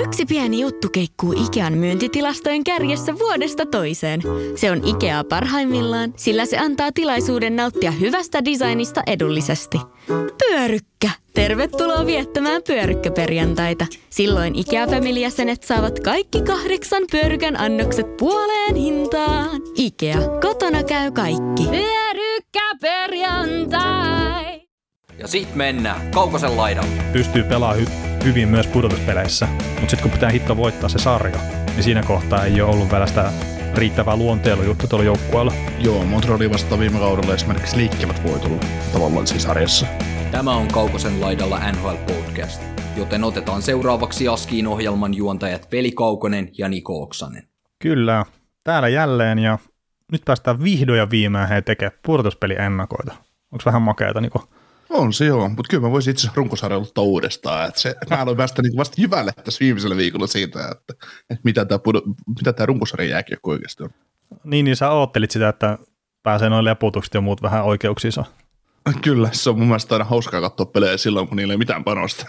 Yksi pieni juttu keikkuu Ikean myyntitilastojen kärjessä vuodesta toiseen. Se on Ikea parhaimmillaan, sillä se antaa tilaisuuden nauttia hyvästä designista edullisesti. Pyörykkä! Tervetuloa viettämään pyörykkäperjantaita. Silloin Ikea-familijäsenet saavat kaikki 8 pyörykän annokset puoleen hintaan. Ikea, kotona käy kaikki. Pyörykkäperjantai! Ja sit mennään Kaukosen laidalle. Pystyy pelaamaan hyvin myös pudotuspeleissä, mutta sitten kun pitää hitto voittaa se sarja, niin siinä kohtaa ei ole ollut vielä sitä riittävää luonteilujuttu tuolla joukkueella. Joo, Montreali vastaan viime kaudella esimerkiksi liikkevät voitolla tavallaan siinä sarjassa. Tämä on Kaukosen laidalla NHL Podcast, joten otetaan seuraavaksi Askiin ohjelman juontajat Veli Kaukonen ja Niko Oksanen. Kyllä, täällä jälleen ja nyt päästään vihdoin ja viimein tekemään pudotuspeliennakoita. Onko vähän makeata, Niko? On se joo, mutta kyllä mä voisin itse asiassa runkosarjalla ottaa uudestaan. Mä aloin päästä niin vasta jyvälle tässä viimeisellä viikolla siitä, että mitä tämä runkosarjan jääkiekko oikeasti on. Niin sä oottelit sitä, että pääsee noin leputukset ja muut vähän oikeuksiinsa. Kyllä, se on mun mielestä aina hauskaa katsoa pelejä silloin, kun niillä ei mitään panosta.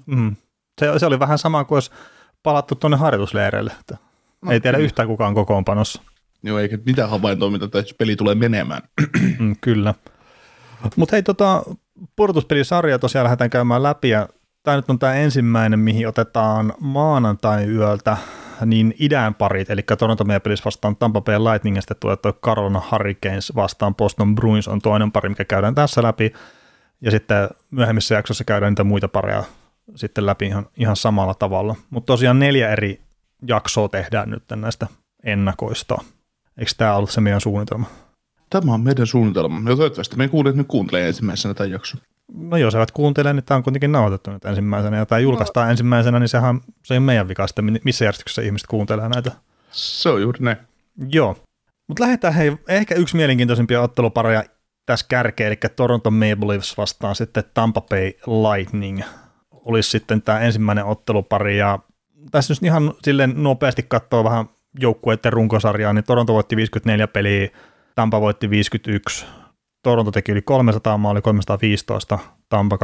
Se oli vähän sama kuin olisi palattu tuonne harjoitusleireille. Ei tiedä yhtään kukaan kokoonpanossa. Joo, eikä mitään havaintoa, mitä tämä peli tulee menemään. Kyllä. Mutta hei, pudotuspelisarja tosiaan lähdetään käymään läpi, ja tämä nyt on tämä ensimmäinen, mihin otetaan maanantai-yöltä niin idän parit, eli Toronto Maple Leafs vastaan Tampa Bay Lightning, ja sitten tulee tuo Carolina Hurricanes vastaan Boston Bruins on toinen pari, mikä käydään tässä läpi, ja sitten myöhemmissä jaksossa käydään niitä muita pareja sitten läpi ihan samalla tavalla. Mutta tosiaan 4 eri jaksoa tehdään nyt näistä ennakoista. Eikö tämä ollut se meidän suunnitelma? Tämä on meidän suunnitelma. Ja toivottavasti meidän kuulijat nyt kuuntelee ensimmäisenä tämän jakson. No jos eivät kuuntele, niin tämä on kuitenkin nauhoitettu nyt ensimmäisenä. Ja tämä julkaistaan ensimmäisenä, niin se ei ole meidän vika sitten, missä järjestyksessä ihmiset kuuntelee näitä. Se on juuri näin. Joo. Mutta lähdetään ehkä yksi mielenkiintoisimpia ottelupareja tässä kärkeen, eli Toronto Maple Leafs vastaan sitten Tampa Bay Lightning. Olisi sitten tämä ensimmäinen ottelupari. Ja tässä nyt ihan silleen nopeasti katsoo vähän joukkueiden runkosarjaa, niin Toronto voitti 54 peliä, Tampa voitti 51, Toronto teki yli 300 maalia, 315, Tampa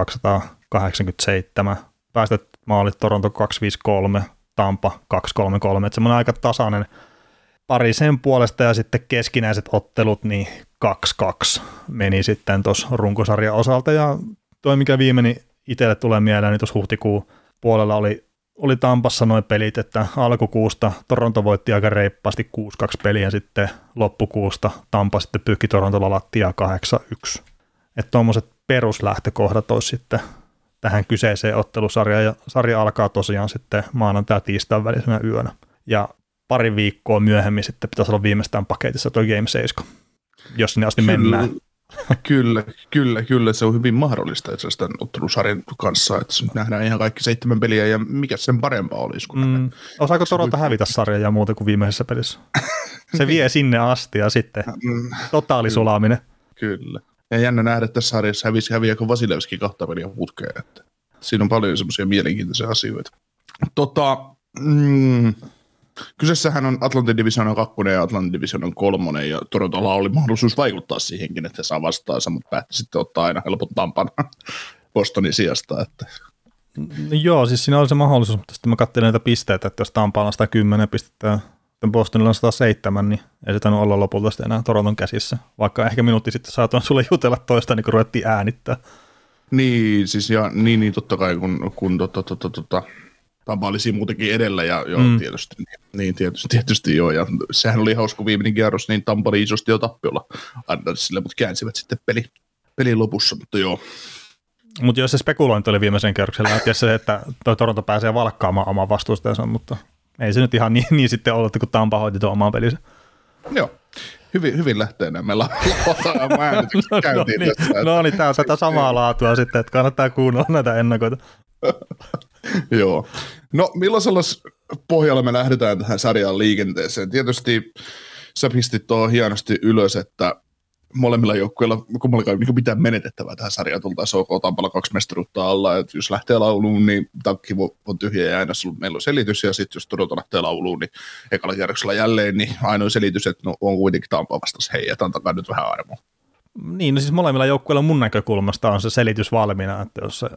287, päästöt maalit Toronto 253, Tampa 233, että semmoinen aika tasainen pari sen puolesta, ja sitten keskinäiset ottelut, niin 2-2 meni sitten tuossa runkosarjan osalta, ja toi mikä viimeinen itselle tulee mieleen, niin tuossa huhtikuun puolella oli Tampassa noin pelit, että alkukuusta Toronto voitti aika reippaasti 6-2 peliä, ja sitten loppukuusta Tampa sitten pyyhki Torontolla lattiaa 8-1. Että tuommoiset peruslähtökohdat olisi sitten tähän kyseiseen ottelusarjaan, ja sarja alkaa tosiaan sitten maanantai-tiistain välisenä yönä. Ja pari viikkoa myöhemmin sitten pitäisi olla viimeistään paketissa tuo Game 7, jos sinne asti mennään. Kyllä, se on hyvin mahdollista itse asiassa tämän ottelusarjan kanssa, että nähdään ihan kaikki 7 peliä, ja mikä sen parempaa olisi. Osaako Toronto hävitä sarjaa ja muuta kuin viimeisessä pelissä? Se vie sinne asti, ja sitten totaalisulaaminen. Kyllä. Ja jännä nähdä, että tässä sarjassa häviääkö Vasilevski 2 peliä putkeen. Että siinä on paljon semmoisia mielenkiintoisia asioita. Kyseessähän on Atlantin Divisionan 2 ja Atlantin Divisionan 3, ja Torontolla oli mahdollisuus vaikuttaa siihenkin, että he saa vastaansa, mutta päätti sitten ottaa aina helpot Tampan Bostonin sijasta. Että. Joo, siis siinä oli se mahdollisuus, mutta sitten mä katselin näitä pisteitä, että jos Tampalla on 110 pistettä ja Bostonilla on 107, niin ei se tainnut olla lopulta sitten enää Toronton käsissä, vaikka ehkä minuutti sitten saatoin sulle jutella toista, niin kun ruvettiin äänittää. Niin, siis niin totta kai, kun Tampa oli siinä muutenkin edellä, ja joo, tietysti joo, ja sehän oli hauska viimeinen kierros, niin Tampa oli isosti jo tappiolla Andersille, mutta käänsivät sitten pelin lopussa, mutta joo. Mutta jos se spekulointi oli viimeisen kierroksen lähtien se, että toi Toronto pääsee valkkaamaan oman vastustajansa, mutta ei se nyt ihan niin sitten ollut, kun Tampa hoiti tuon oman pelinsä. Joo, hyvin lähtee nämä äänitykset käyntiin tässä. No niin, tämä on tätä samaa laatua sitten, että kannattaa kuunnella näitä ennakoita. Joo. No millaisella pohjalla me lähdetään tähän sarjaan liikenteeseen? Tietysti sä pistit tuohon hienosti ylös, että molemmilla joukkueilla kummallakaan niin mitään menetettävää tähän sarjaan tultaisiin OK Tampalla 2 mestaruutta alla, että jos lähtee lauluun, niin tankki on tyhjä ja aina meillä on selitys, ja sitten jos Toronto lähtee lauluun, niin ekalla kierroksella jälleen, niin ainoa selitys, että no, on kuitenkin Tampa vastas, hei, ja antakaa nyt vähän armoa. Niin, no siis molemmilla joukkueilla mun näkökulmasta on se selitys valmiina, että jos se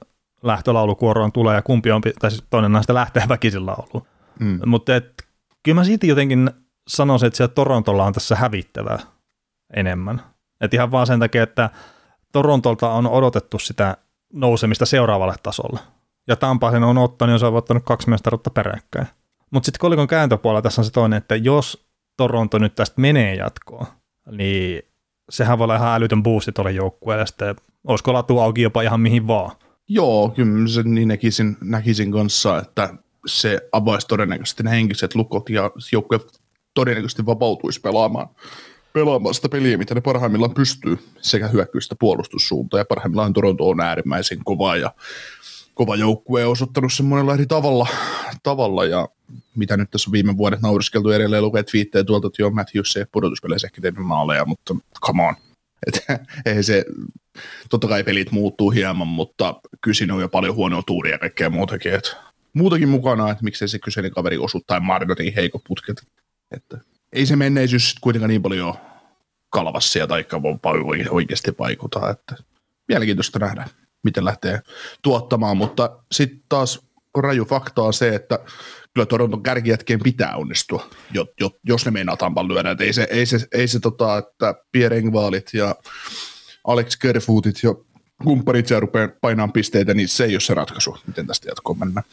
lähtölaulukuoroon tulee ja kumpi on, tai siis toinen näistä lähtee väkisin lauluun. Mutta kyllä mä siitä jotenkin sanoisin, että siellä Torontolla on tässä hävittävää enemmän. Et ihan vaan sen takia, että Torontolta on odotettu sitä nousemista seuraavalle tasolle. Ja Tampa sen on ottanut, jos on ottanut 2 mestaruutta peräkkäin. Mutta sitten kolikon kääntöpuolella tässä on se toinen, että jos Toronto nyt tästä menee jatkoon, niin sehän voi olla ihan älytön boosti tuolle joukkueelle. Sitten olisiko latu auki jopa ihan mihin vaan. Joo, kyllä se niin näkisin kanssa, että se avaisi todennäköisesti ne henkiset lukot ja joukkue todennäköisesti vapautuisi pelaamaan sitä peliä, mitä ne parhaimmillaan pystyy, sekä hyökkäystä puolustussuuntaan, ja parhaimmillaan Toronto on äärimmäisen kova, ja kova joukkue on osoittanut sen monella eri tavalla, ja mitä nyt tässä on viime vuodet nauriskeltu edelleen lukee twiittejä tuolta, että joo, Matthews ei pudotuspeleissä ehkä tehnyt maaleja, mutta come on. Ei se, totta kai pelit muuttuu hieman, mutta kyllä siinä on jo paljon huonoa tuuria ja kaikkea muutakin mukana, että miksei se kyseinen kaveri osu tai Mardotin heikot putket. Että ei se menneisyys kuitenkaan niin paljon kalvassia tai oikeasti vaikuta, että mielenkiintoista nähdä, miten lähtee tuottamaan, mutta sitten taas raju fakta on se, että kyllä Toronton kärkijätkeen pitää onnistua, jos ne meinaa Tampan lyödä, että ei se että Pierre Engvaalit ja Alex Kerfootit ja kumpparit siellä rupeaa painamaan pisteitä, niin se ei ole se ratkaisu, miten tästä jatkoon mennään.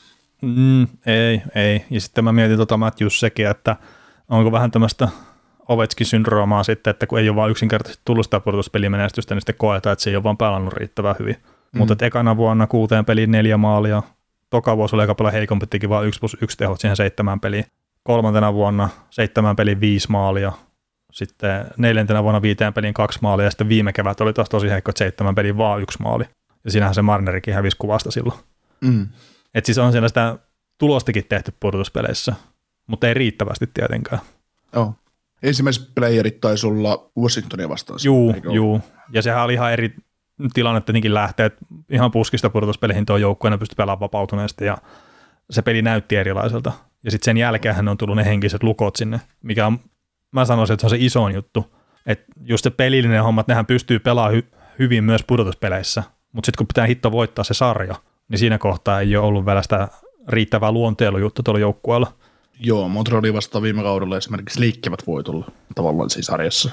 Ei. Ja sitten mä mietin Matthews sekin, että onko vähän tämmöistä Ovechkin-syndroomaa sitten, että kun ei ole vaan yksinkertaisesti tullut sitä pudotuspelimenestystä, niin sitten koetaan, että se ei ole vaan pelannut riittävän hyvin. Mutta ekana vuonna 6 peliin 4 maalia, toka vuosi oli aika paljon heikompi, teki vaan 1+1 tehot siihen 7 peliin. 3. vuonna 7 peliin 5 maalia, sitten 4. vuonna 5 peliin 2 maalia, ja sitten viime kevät oli taas tosi heikko, että 7 peliin vaan 1 maali. Ja siinähän se Marnerikin hävisi kuvasta silloin. Että siis on siellä sitä tulostakin tehty pudotuspeleissä, mutta ei riittävästi tietenkään. Joo. Ensimmäiset playerit taisi olla Washingtonia vastaan. Juu. Ja sehän oli ihan eri tilanne tietenkin lähtee, että ihan puskista pudotuspeleihin tuo joukkueena pystyi pelaamaan vapautuneesti ja se peli näytti erilaiselta. Ja sitten sen jälkeen on tullut ne henkiset lukot sinne, mikä on, mä sanoisin, että se on se isoin juttu. Että just se pelillinen homma, että nehän pystyy pelaamaan hyvin myös pudotuspeleissä, mutta sitten kun pitää hitto voittaa se sarja, niin siinä kohtaa ei ole ollut vielä sitä riittävää luonteilujuttu tuolla joukkueella. Joo, Montreali vastaan viime kaudella esimerkiksi liikkevät voitolla tavallaan siinä sarjassa.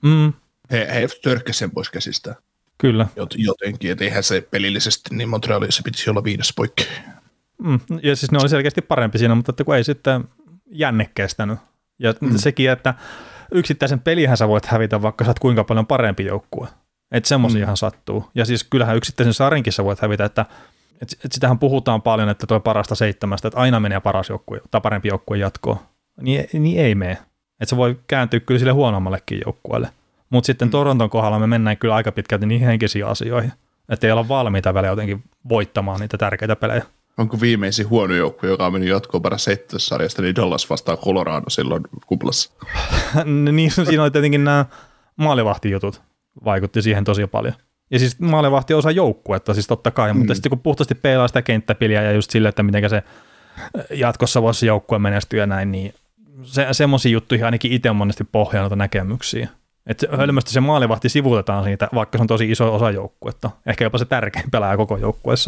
He törkkäsivät sen pois käsistä. Kyllä. Jotenkin, että eihän se pelillisesti, niin Montrealissa pitäisi olla 5 poikki. Ja siis ne oli selkeästi parempi siinä, mutta että kun ei sitten jänne kestänyt. Ja sekin, että yksittäisen pelihän sä voit hävitä, vaikka sä oot kuinka paljon parempi joukkue. Että semmoisiahan sattuu. Ja siis kyllähän yksittäisen sarinkin sä voit hävitä, että sitähän puhutaan paljon, että tuo parasta 7, että aina menee paras joukkue tai parempi joukkue jatkoon. Niin ei mene. Että se voi kääntyä kyllä sille huonommallekin joukkueelle. Mutta sitten Toronton kohdalla me mennään kyllä aika pitkälti niihin henkisiin asioihin. Että ei olla valmiita vielä jotenkin voittamaan niitä tärkeitä pelejä. Onko viimeisin huono joukkue, joka on mennyt jatkoon paras 7 sarjasta, niin Dallas vastaan Colorado silloin kuplassa? Niin, siinä oli tietenkin nämä maalivahtijutut vaikutti siihen tosi paljon. Ja siis maalivahti on osa joukkuetta, siis totta kai, mutta sitten kun puhtaasti peilaa sitä kenttäpiliä ja just sille, että miten se jatkossa voisi se joukkue menestyä ja näin, niin semmoisia juttuja ainakin itse on monesti pohjaa näkemyksiä. Että hölmösti se maalivahti sivutetaan siitä, vaikka se on tosi iso osa joukkuetta. Ehkä jopa se tärkein pelaaja koko joukkueessa.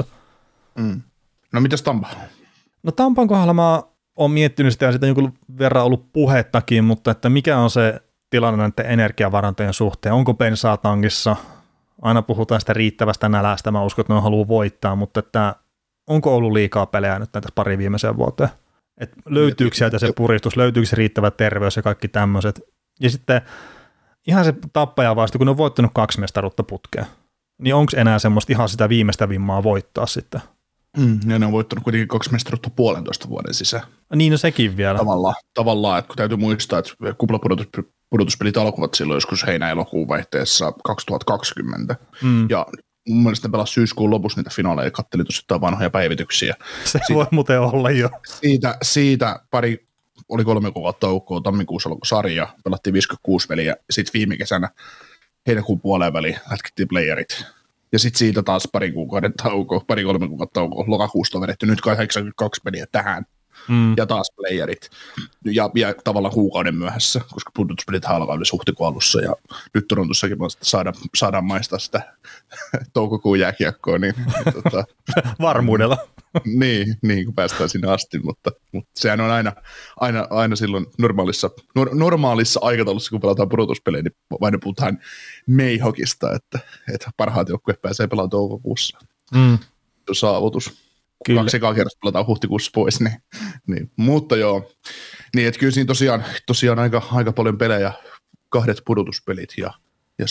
No mitäs Tampa? No Tampan kohdalla mä oon miettinyt sitä ja siitä jonkun verran ollut puhettakin, mutta että mikä on se tilanne näiden energiavarantojen suhteen? Onko bensaa tankissa? Aina puhutaan sitä riittävästä nälästä, mä uskon, että ne haluaa voittaa, mutta että onko ollut liikaa pelejä nyt näitä pari viimeiseen vuoteen? Et löytyykö sieltä se puristus, löytyykö se riittävä terveys ja kaikki tämmöiset? Ja sitten ihan se tappaja vasta, kun ne on voittanut 2 mestaruutta putkeen, niin onko enää semmoista ihan sitä viimeistä vimmaa voittaa sitten? Ja ne on voittanut kuitenkin 2 mestaruutta 1,5 vuoden sisään. Niin, no sekin vielä. Tavallaan, että kun täytyy muistaa, että kuplapudotuspelit alkuvat silloin joskus heinä-elokuun vaihteessa 2020. Ja mun mielestä ne pelasi syyskuun lopussa niitä finaaleja, katteli tosiaan vanhoja päivityksiä. Se voi muuten olla jo. Siitä oli 3 kuukautta taukoa, tammikuussa alkoi sarja, pelattiin 56 peliä, sitten viime kesänä heinäkuun puoleen väliin lätkittiin playerit. Ja sitten siitä taas 2-3 kuukautta taukoa, lokakuusta on vedetty nyt 82 peliä tähän, ja taas playerit ja tavallaan kuukauden myöhässä, koska pudotuspelit alkaa yli huhtikuun alussa ja nyt Torontossakin saadaan maistaa sitä toukokuun jääkiekkoa. Niin, varmuudella. niin, kun päästään sinne asti, mutta sehän on aina silloin normaalissa aikataulussa, kun pelataan pudotuspelejä, niin vain puhutaan Mayhawkista, että parhaat joukkueet pääsee pelaamaan toukokuussa. Saavutus. Kyllä. 2 kertaa pelataan huhtikuussa pois, niin. Mutta joo, niin että kyllä siinä tosiaan aika paljon pelejä, 2 pudotuspelit ja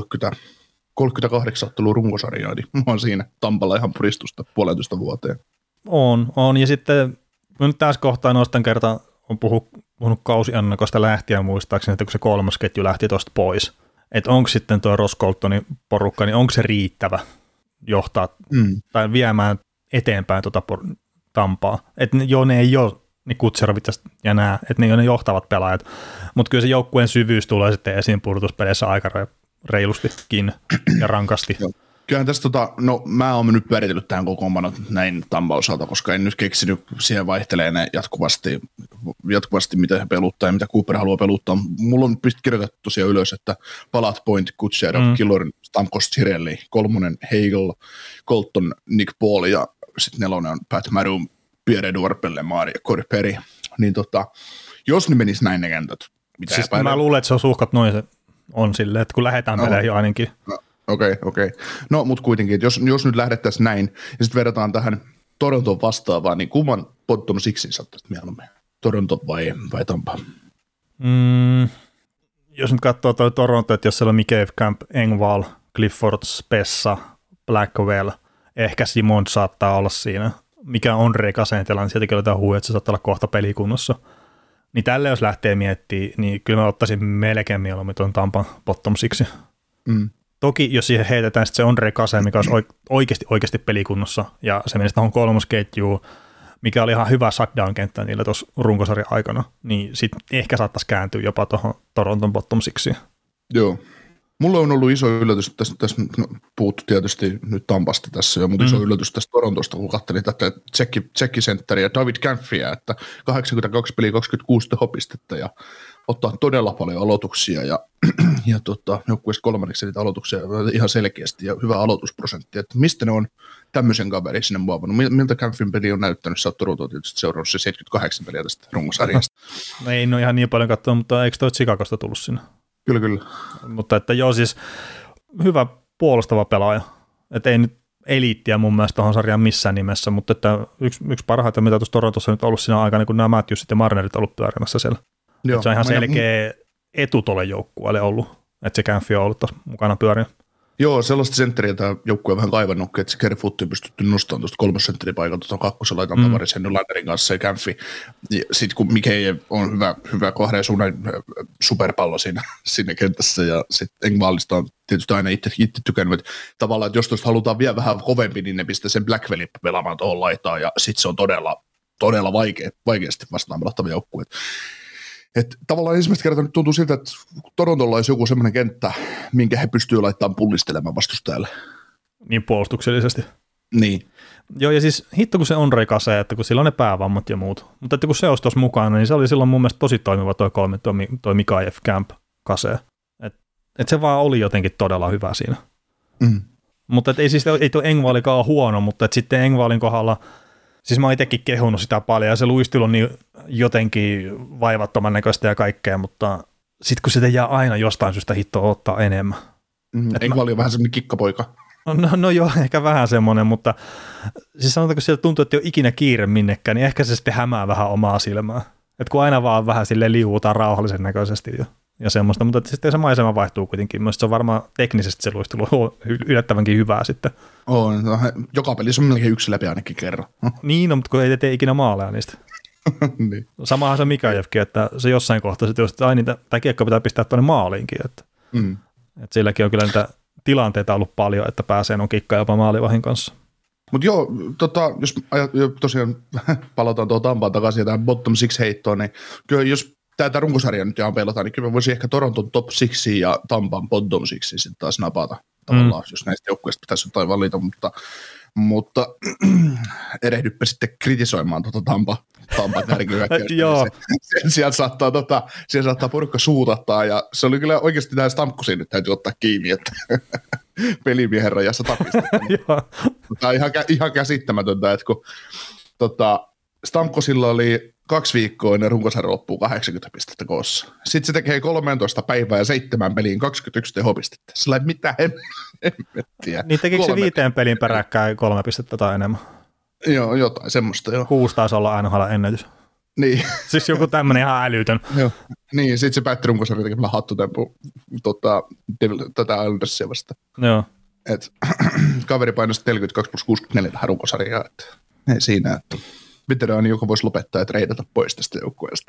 138 ottelua runkosarjaa, niin mä oon siinä Tampalla ihan puristusta 1,5 vuoteen. On, ja sitten nyt tässä kohtaa nostan kertaan, on puhunut kausiannakosta lähtien muistaakseni, että kun se 3. ketju lähti tuosta pois, että onko sitten tuo Ross Coltonin porukka, niin onko se riittävä johtaa tai viemään eteenpäin Tampaa. Että joo, ne ei ole niin Kutserovitsas ja nämä, että ne ei ole ne johtavat pelaajat, mutta kyllä se joukkueen syvyys tulee sitten esiin pudotuspeleissä aika reilustikin ja rankasti. Kyllähän tässä no mä oon nyt pyöritellyt tähän kokoonpano näin Tampan osalta, koska en nyt keksinyt, siihen vaihtelee ne jatkuvasti mitä he peluttaa ja mitä Cooper haluaa peluttaa. Mulla on kirjoitettu tosiaan ylös, että Palat, Point, Kutserov, Killorn, Stamkos, Cirelli, 3. Hagel, Colton, Nick Paul ja sitten 4. on Pat Maroon, Pierre-Edouard Pellemare ja Corey Perry. Niin jos ne menis näin ne kentät, mitä siis mä luulen, että se on suhkat noin se on silleen, että kun lähdetään peleihin ainakin. Okei. No, mutta kuitenkin, että jos nyt lähdettäisiin näin, ja sitten verrataan tähän Toronton vastaavaan, niin kumman bottom sixin saattaisi mieluummin? Toronto vai Tampa? Jos nyt katsoo toi Toronto, että jos siellä on Mikheyev, Camp, Engvall, Clifford, Spessa, Blackwell, ehkä Simon saattaa olla siinä, mikä on Rekasentelä, niin sieltäkin otetaan huuja, että se saattaa olla kohta pelikunnossa. Niin tälle jos lähtee miettimään, niin kyllä mä ottaisin melkein mieluummin tuon Tampan bottom sixin. Toki jos siihen heitetään sitten se Ondrej Kase, mikä olisi oikeasti pelikunnossa, ja se menisi tuohon 3. ketjuun, mikä oli ihan hyvä shutdown-kenttä niillä tuossa runkosarjan aikana, niin sitten ehkä saattaisi kääntyä jopa tuohon Toronton bottom sixiin. Joo. Mulla on ollut iso yllätys, tässä puhuttu tietysti nyt Tampasta tässä jo, mutta iso yllätys tästä Torontosta, kun katselin tätä tsekkisentteriä David Kampfia, että 82 peliä 26 tehopistettä ja ottaa todella paljon aloituksia ja joukkueesta 3. niitä aloituksia ihan selkeästi ja hyvä aloitusprosentti, että mistä ne on tämmöisen kaverin sinne muovannut, miltä Kampfin peli on näyttänyt, sä oot Torontoa tietysti seurannut se 78 peliä tästä runkosarjasta. No ei ole ihan niin paljon katsoa, mutta eikö toi Chicagosta tullut sinne? Kyllä. Mutta että joo, siis hyvä puolustava pelaaja, että ei nyt eliittiä mun mielestä tuohon sarjaan missään nimessä, mutta että yksi parhaita, mitä tuossa Torontossa nyt ollut siinä aikana, kun nämä Matthewsit ja Marnerit on ollut pyörimässä siellä. Joo, se on ihan selkeä etu tuolle joukkueelle ollut, että se Kampfi on ollut taas mukana pyöriä. Joo, sellaista sentteriä tämä joukkue on vähän kaivannut, että se Kerfoot on pystytty nostamaan tuosta 3. sentteripaikalta tuon 2. laitan tavarisen Landerin kanssa ja Kampfi. Sitten kun Mikheyev on hyvä 2 suunnan superpallo siinä kentässä ja sitten Engvallista on tietysti aina itse tykännyt, että tavallaan, että jos tuosta halutaan vielä vähän kovempi, niin ne pistää sen Blackwellin pelaamaan tuohon laitaan ja sitten se on todella vaikeasti vastaan pelattava joukkue. Että tavallaan ensimmäistä kertaa nyt tuntuu siltä, että Torontolla olisi joku semmoinen kenttä, minkä he pystyvät laittamaan pullistelemaan vastustajalle. Niin puolustuksellisesti. Niin. Joo, ja siis hitto kun se on Kase, että kun sillä on ne päävammat ja muut. Mutta että kun se olisi tuossa mukana, niin se oli silloin mun mielestä tosi toimiva toi Mikheyev, Camp, Kase. Että se vaan oli jotenkin todella hyvä siinä. Mutta ei tuo Engvallikaan ole huono, mutta että sitten Engvallin kohdalla, siis mä oon itsekin kehunut sitä paljon, ja se luistelu on niin jotenkin vaivattoman näköistä ja kaikkea, mutta sitten kun sitä jää aina jostain syystä hittoa ottaa enemmän. Engvall on vähän semmoinen kikkapoika. No joo, ehkä vähän semmoinen, mutta siis sanotaanko sieltä tuntuu, että ei ole ikinä kiire minnekään, niin ehkä se sitten hämää vähän omaa silmää. Että kun aina vaan vähän silleen liuutaan rauhallisen näköisesti ja semmoista, mutta sitten se maisema vaihtuu kuitenkin. Myös se on varmaan teknisesti se luistelu yllättävänkin hyvää sitten. On, joka pelissä on melkein yksi läpi ainakin kerran. Niin, no, mutta kun ei tee ikinä maaleja niistä. Niin. Samahan se Mikheyevkin, että se jossain kohtaa sitten, että tämä kiekko pitää pistää tuonne maaliinkin. Että silläkin on kyllä niitä tilanteita ollut paljon, että pääsee on kikkaa jopa maalivahin kanssa. Mutta joo, jos tosiaan palataan tuohon Tampaan takaisin ja tähän bottom six heittoon, niin kyllä jos tätä runkosarjaa nyt ihan pelataan, niin kyllä voisi ehkä Toronton top 6 ja Tampan bottom 6 sitten taas napata tavallaan, jos näistä joukkueista pitäisi jotain valita, mutta mutta erehdyppä sitten kritisoimaan Tampa kärkihyökkäystä. Joo. Sieltä saattaa porukka suutattaa, ja se oli kyllä oikeasti tämä Stamkosin nyt täytyy ottaa kiinni, että pelimiehen rajassa tapistettu. Tämä on ihan käsittämätöntä, että kun Stamkosilla oli 2 viikkoa ennen runkosarjan loppuu 80 pistettä koossa. Sitten se tekee 13 päivää ja 7 peliin 21 tehopistettä. Sillä ei mitään hemmettiä. Niin tekikö se 5 pelin peräkkäin 3 pistettä tai enemmän? Joo, jotain semmoista joo. 6 taisi olla NHL-ennätys. Niin. Siis joku tämmöinen ihan älytön. Joo. Niin, sitten se päätti runkosarjan tekemällä hattutempu tätä Islandersia vasta. Joo. Et kaveri painosi 42+64 tähän runkosarjaan. Ei siinä, että veteraani, joka voisi lopettaa ja treidata pois tästä joukkueesta.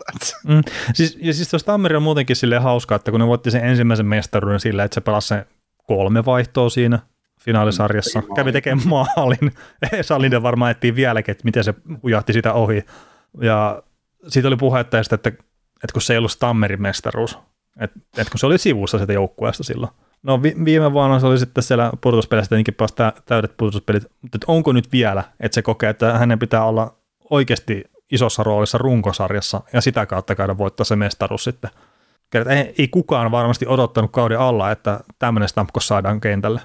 Siis tuossa Tammeri on muutenkin silleen hauskaa, että kun ne voitti sen ensimmäisen mestaruuden sillä, että se pelasi sen 3 vaihtoa siinä finaalisarjassa, kävi tekemään maalin. Salinen varmaan etsii vieläkin, että miten se hujahti sitä ohi. Ja siitä oli puhetta, että kun se ei ollut Tammerin mestaruus, että kun se oli sivussa sitä joukkueesta silloin. No viime vuonna se oli sitten siellä pudotuspelissä tietenkin pääsi täydet pudotuspelit, mutta onko nyt vielä, että se kokee, että hänen pitää olla oikeasti isossa roolissa runkosarjassa ja sitä kautta käydä voittaa se mestaruus sitten. Ei kukaan varmasti odottanut kauden alla, että tämmöinen Stamkos saadaan kentälle.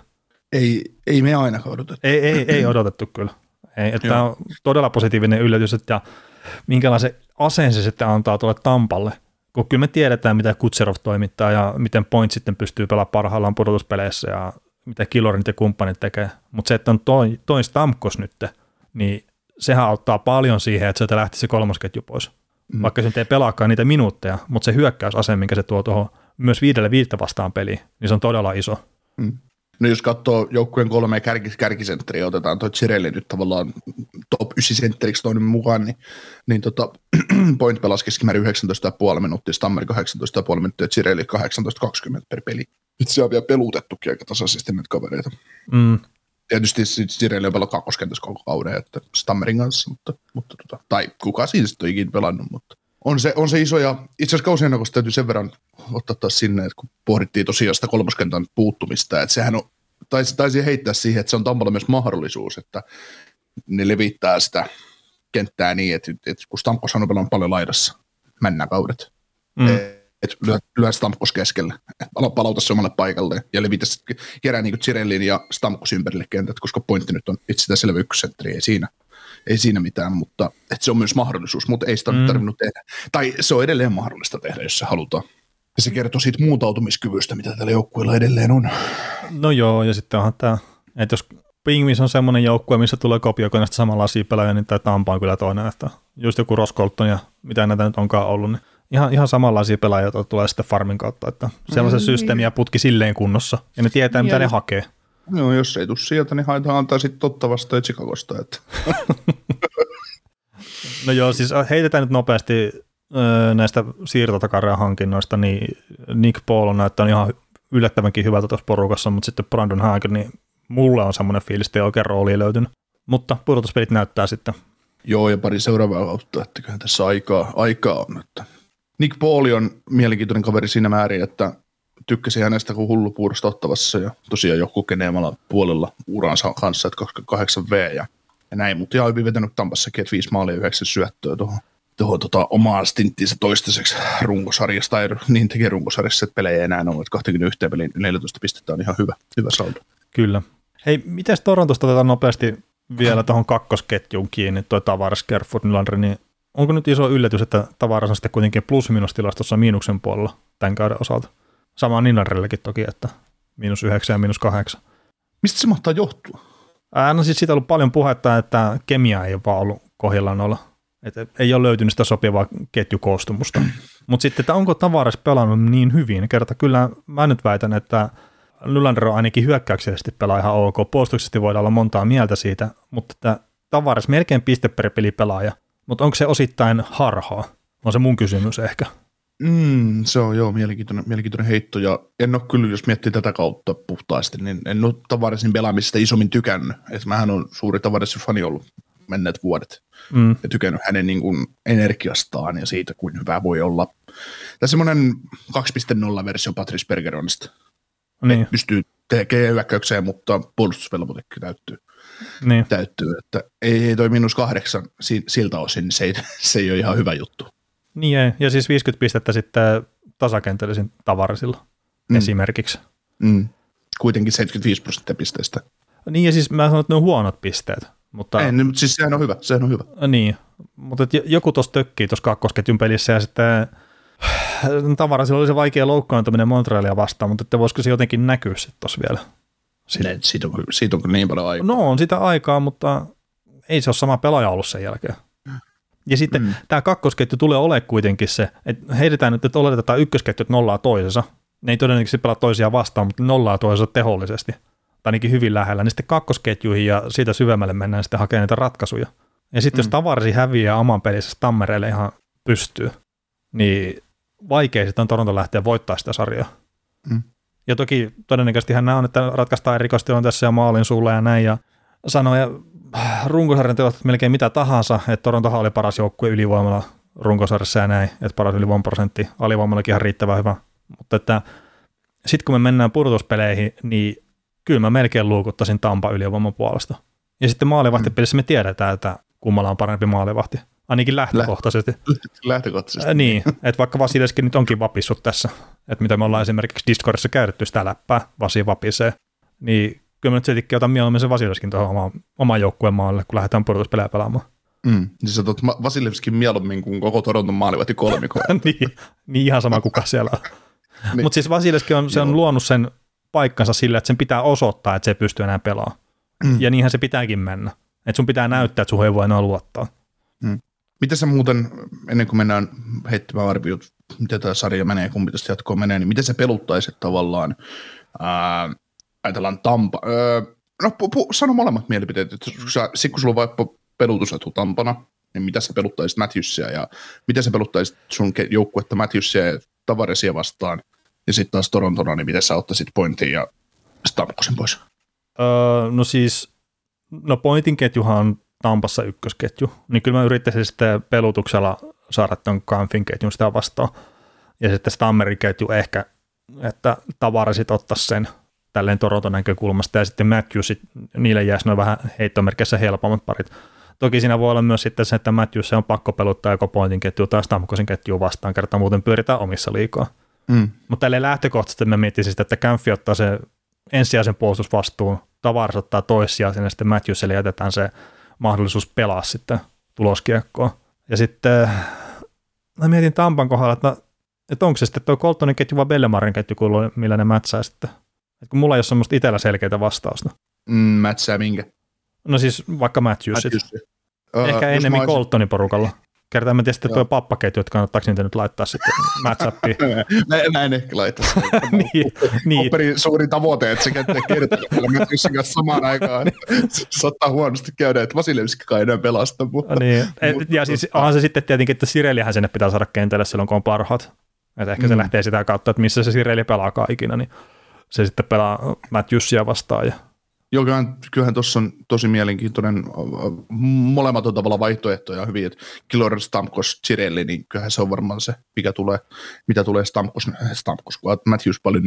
Ei me ainakaan odotettu. Ei odotettu kyllä. Tämä on todella positiivinen yllätys, että minkälaisen aseen se sitten antaa tuolle Tampalle. Kun kyllä me tiedetään, mitä Kutserov toimittaa ja miten Point sitten pystyy pelaamaan parhaillaan pudotuspeleissä ja mitä Kilorinit ja kumppanit tekee. Mutta se, että on toi Stamkos nyt, niin sehän auttaa paljon siihen, että sieltä lähtisi se kolmosketju pois. Vaikka se nyt ei pelaakaan niitä minuutteja, mutta se hyökkäysase, minkä se tuo tuohon myös 5-5 vastaan peliin, niin se on todella iso. No jos katsoo joukkueen 3 kärkisentteriä, otetaan tuo Cirelli nyt tavallaan top 9 sentteriksi toinen mukaan, niin Point pelasi keskimäärin 19,5 minuuttia, Stammer 18,5 minuuttia ja Cirelli 18-20 per peli. Nyt se on vielä peluutettukin aika tasaisesti näitä kavereita. Tietysti Cirelli on pelannut kakkoskentässä koko kauden, että Stammerin kanssa, mutta tai kuka siinä sitten on ikinä pelannut, mutta on se iso, ja itse asiassa kausiennakosta täytyy sen verran ottaa taas sinne, että kun pohdittiin tosiaan sitä kolmoskentän puuttumista, että sehän on, taisi heittää siihen, että se on Tampalla myös mahdollisuus, että ne levittää sitä kenttää niin, että kun Stamkos on pelannut paljon laidassa männäkaudet, että lyö Stamkos keskelle, palauta se omalle paikalle ja levitä, kerää niin kuin Cirellin ja Stamkos ympärille kentät, koska Pointti nyt on itse selvä ykkösentteri, ei siinä mitään, mutta että se on myös mahdollisuus, mutta ei sitä tarvinnut tehdä. Tai se on edelleen mahdollista tehdä, jos se halutaan. Ja se kertoo siitä muutautumiskyvystä, mitä tällä joukkueella edelleen on. No joo, ja sitten onhan tämä, että jos Pingvis on semmoinen joukkue, missä tulee kopiokoneesta samanlaisia pelaajia, niin tämä Tampa on kyllä toinen, että just joku Roscolton ja mitä näitä nyt onkaan ollut, niin ihan samanlaisia pelaajia, joita tulee sitten farmin kautta, että siellä on se systeemi ja putki silleen kunnossa, ja ne tietää, mitä ne hakee. No jos ei tule sieltä, niin haetaan antaa sitten totta vastaan Chicagosta. Että. No joo, siis heitetään nyt nopeasti näistä siirtotakarjan hankinnoista, niin Nick Paul on näyttänyt ihan yllättävänkin hyvältä tuossa porukassa, mutta sitten Brandon Hager, niin mulle on semmoinen fiilis, että ei oikein rooli löytynyt. Mutta pudotuspelit näyttää sitten. Joo, ja pari seuraavaa kautta, että kyllä tässä aikaa on. Että. Nick Paul on mielenkiintoinen kaveri siinä määrin, että tykkäsin hänestä kuin hullu puudosta Ottavassa ja tosiaan jo kokeneemmalla puolella uransa kanssa, että 28V ja näin, mutta ihan hyvin vetänyt Tampassakin, että 5 maalia 9 syöttöä tuohon omaa stinttiinsä toistaiseksi runkosarjasta, tai niin tekee runkosarjassa, että pelejä ei enää ole, että 21 peliin 14 pistettä on ihan hyvä saldo. Kyllä. Hei, miten Torontosta otetaan nopeasti vielä tuohon kakkosketjuun kiinni, tuo Tavares, Kerfoot, Nylander, niin onko nyt iso yllätys, että Tavares on sitten kuitenkin plus-minus-tilastossa miinuksen puolella tämän kauden osalta? Sama Nylanderillekin toki, että -9 ja -8. Mistä se mahtaa johtua? No siis siitä on ollut paljon puhetta, että kemia ei ole vaan ollut kohdillaan olla. Että ei ole löytynyt sitä sopivaa ketjukoostumusta. Mutta sitten, että onko Tavares pelannut niin hyvin? Kerta kyllä mä nyt väitän, että Nylander on ainakin hyökkäyksellisesti pelaa ihan ok. Puolustuksesti voidaan olla montaa mieltä siitä, mutta että Tavares melkein piste per peli pelaaja. Mutta onko se osittain harhaa? On se mun kysymys ehkä. Se on joo mielenkiintoinen heitto, ja en ole kyllä, jos miettii tätä kautta puhtaasti, niin en ole Tavaresin pelaamisesta isommin tykännyt. Et mähän on suuri Tavaresin fani ollut menneet vuodet, ja tykännyt hänen niin kuin energiastaan ja siitä, kuin hyvä voi olla. Tässä semmoinen 2.0 versio Patrice Bergeronista. Niin. Pystyy tekemään hyökkäykseen, mutta puolustusvelvoitekin täyttyy. niin. täyttyy, että ei toi -8 siltä osin, se ei ole ihan hyvä juttu. Niin ei, ja siis 50 pistettä sitten tasakentällisin Tavaresilla esimerkiksi. Kuitenkin 75% pisteistä. Niin ja siis mä sanon, että ne on huonot pisteet. Mutta ei, mutta siis sehän on hyvä. Niin, mutta joku tuossa tökkii tuossa kakkosketjun pelissä ja sitten Tavaresilla oli se vaikea loukkaantuminen Montrealia vastaan, mutta että voisiko se jotenkin näkyä sitten tuossa vielä? Siitä on niin paljon aikaa. No on sitä aikaa, mutta ei se ole sama pelaaja ollut sen jälkeen. Ja sitten tämä kakkosketju tulee olemaan kuitenkin se, että heitetään nyt, että oletetaan ykkösketjut nollaa toisensa. Ne ei todennäköisesti pelaa toisiaan vastaan, mutta nollaa toisensa tehollisesti. Tai ainakin hyvin lähellä. Niin sitten kakkosketjuihin ja siitä syvemmälle mennään sitten hakemaan niitä ratkaisuja. Ja sitten jos Tavaresi häviää oman pelissä Tammereelle ihan pystyy, niin vaikea sitten on Toronto lähteä voittaa sitä sarjaa. Ja toki todennäköisesti nämä on, että ratkaistaan erikoistilanteessa ja maalin suulla ja näin. Ja sanoo, ja runkosarjan teot melkein mitä tahansa, että Torontohan oli paras joukkue ylivoimalla runkosarjassa ja näin, että paras ylivoimaprosentti, alivoimallakin ihan riittävän hyvä. Mutta että sitten kun me mennään pudotuspeleihin, niin kyllä mä melkein luukuttaisin Tampa ylivoiman puolesta. Ja sitten maalivahtipelissä me tiedetään, että kummalla on parempi maalivahti. Ainakin lähtökohtaisesti. Lähtökohtaisesti. Niin, että vaikka Vasilevski nyt onkin vapissut tässä, että mitä me ollaan esimerkiksi Discordissa käytetty sitä läppää, Vasi vapisee, niin kyllä mä nyt sittenkin otan mieluummin sen Vasilevskin tuohon oman joukkueen maalle, kun lähdetään pudotuspelejä pelaamaan. Niin sä otat Vasilevskin mieluummin kuin koko Toronton maalivahti kolmikko. niin ihan sama kuka siellä on. Niin. Mutta siis Vasilevski on luonut sen paikkansa sillä, että sen pitää osoittaa, että se ei pysty enää pelaamaan. Ja niinhän se pitääkin mennä. Että sun pitää näyttää, että sun ei voi enää luottaa. Miten sä muuten, ennen kuin mennään heittämään arviot, miten tämä sarja menee, kumpi tästä jatkoa menee, niin miten sä peluttaisit tavallaan, ajatellaan Tampa, sano molemmat mielipiteet, että kun sulla on vaikka pelutusetu Tampana, niin mitä sä peluttaisit Matthewsia ja miten sä peluttaisit sun joukkuetta Matthewsia ja Tavaresia vastaan, ja sitten taas Torontona, niin miten sä ottaisit Pointin ja Stamkosin pois? No siis, Pointin ketjuhan on Tampassa ykkösketju, niin kyllä mä yrittäisin sitten pelutuksella saada ton Kampfin ketjun sitä vastaan. Ja sitten Stammerin ketju ehkä, että Tavaresit ottaisi sen tälleen Toronton näkökulmasta, ja sitten Matthews, niille jäisi noin vähän heittomerkissä helpommat parit. Toki siinä voi olla myös sitten se, että Matthews on pakko peluttaa joko Pointin ketju tai Stamkosin ketju vastaan, kertaa muuten pyöritään omissa liikaa. Mutta tälleen lähtökohtaisesti mä miettisin sitä, että Kampfi ottaa se ensisijaisen puolustusvastuun, Tavares ottaa toissijaisen, ja sitten Matthewsille jätetään se mahdollisuus pelaa sitten tuloskiekkoa. Ja sitten mä mietin Tampan kohdalla, että onko se sitten tuo Coltonin ketju vai Bellemarin ketju, millä ne mätsää sitten. Et kun mulla ei ole semmoista itsellä selkeää vastausta. Mätsää minkä? No siis vaikka Matthewsit. Ehkä ennemmin Coltonin porukalla. Kertaan mä tiedän sitten tuo pappaketju, että kannattaako niitä nyt laittaa sitten match-appiin. Näin ehkä laittaisi. niin. Operin suuri tavoite, että se kertaa Matthewsin kanssa samaan aikaan. Saattaa huonosti käydä, että Vasilevskikaan ei enää pelasta. Niin. Ja siis onhan se sitten tietenkin, että Sireliähän sinne pitää saada kentälle silloin, kun on parhaat. Että ehkä se lähtee sitä kautta, että missä se Sireli pelaakaan ikinä, niin se sitten pelaa Matthewsia vastaan. Ja joo, kyllähän tuossa on tosi mielenkiintoinen, molemmat on tavallaan vaihtoehtoja hyvin, että Killorn, Stamkos, Cirelli, niin kyllähän se on varmaan se, mitä tulee Stamkos, kun Matthews paljon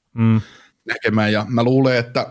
näkemään, ja mä luulen, että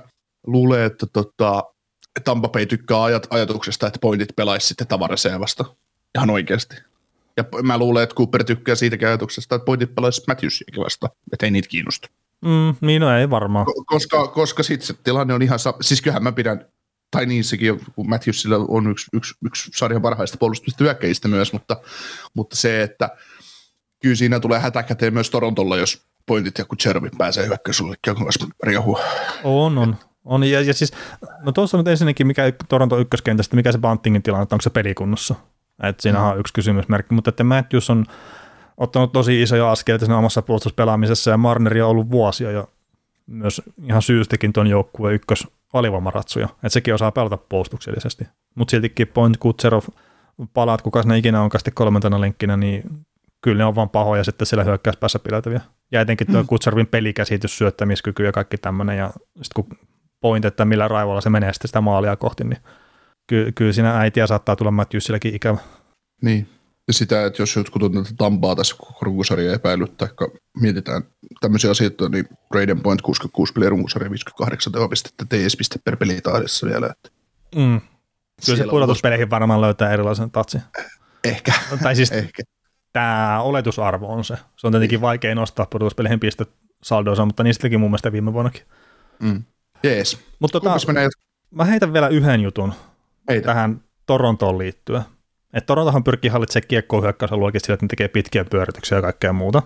Tampa Bay tykkää ajatuksesta, että Pointit pelaisi sitten Tavareseen vasta, ihan oikeasti. Ja mä luulen, että Cooper tykkää siitä ajatuksesta, että Pointit pelaisi Matthewsiakin vasta, että ei niitä kiinnosta. Niin no ei varmaan. Koska sitten se tilanne on ihan, siis kyllähän mä pidän, tai niin sekin, kun Matthewsilla on yksi sarjan parhaista puolustusta hyökkäjistä myös, mutta se, että kyllä siinä tulee hätäkäteen myös Torontolla, jos Pointit ja Kucherov pääsee hyökkäysullekin riehua. On. Ja siis, no tuossa on nyt ensinnäkin, mikä Toronto ykköskentästä, mikä se Buntingin tilanne, onko se pelikunnossa? Että siinä on yksi kysymysmerkki, mutta että Matthews on ottanut tosi isoja askeleita siinä omassa puolustuspelaamisessa, ja Marneri on ollut vuosia jo myös ihan syystäkin tuon joukkueen ykkösalivoimaratsuja, että sekin osaa pelata puolustuksellisesti. Mutta siltikin Point, Kucherov, palaat, kuka siinä ikinä onkaan sitten kolmantena lenkkinä, niin kyllä ne on vaan pahoja sitten siellä hyökkäyspäässä pilätäviä. Ja etenkin tuo Kucherovin pelikäsitys, syöttämiskyky ja kaikki tämmöinen, ja sitten kun Point, että millä raivolla se menee sitten sitä maalia kohti, niin kyllä siinä äitiä saattaa tulla Matthewsilläkin ikävä. Niin. Ja sitä, että jos jotkut on tätä Tampaa tässä runkosarja epäilyt, tai mietitään tämmöisiä asioita, niin Braden Point 66 peliä runkosarja 58 tehopistettä TS-piste per pelitahdessa vielä. Että Kyllä se pudotuspeleihin varmaan löytää erilaisen tatsin. Ehkä. Tai siis Ehkä. tämä oletusarvo on se. Se on tietenkin vaikea nostaa pudotuspeleihin pistesaldoonsa, mutta niistäkin mun mielestä viime vuonnakin. Jees. Mutta mä heitän vielä yhden jutun tähän Torontoon liittyen. Et Torontohan pyrkii hallitsemaan kiekkoon hyökkäysalueellakin sillä, että ne tekee pitkiä pyörityksiä ja kaikkea muuta.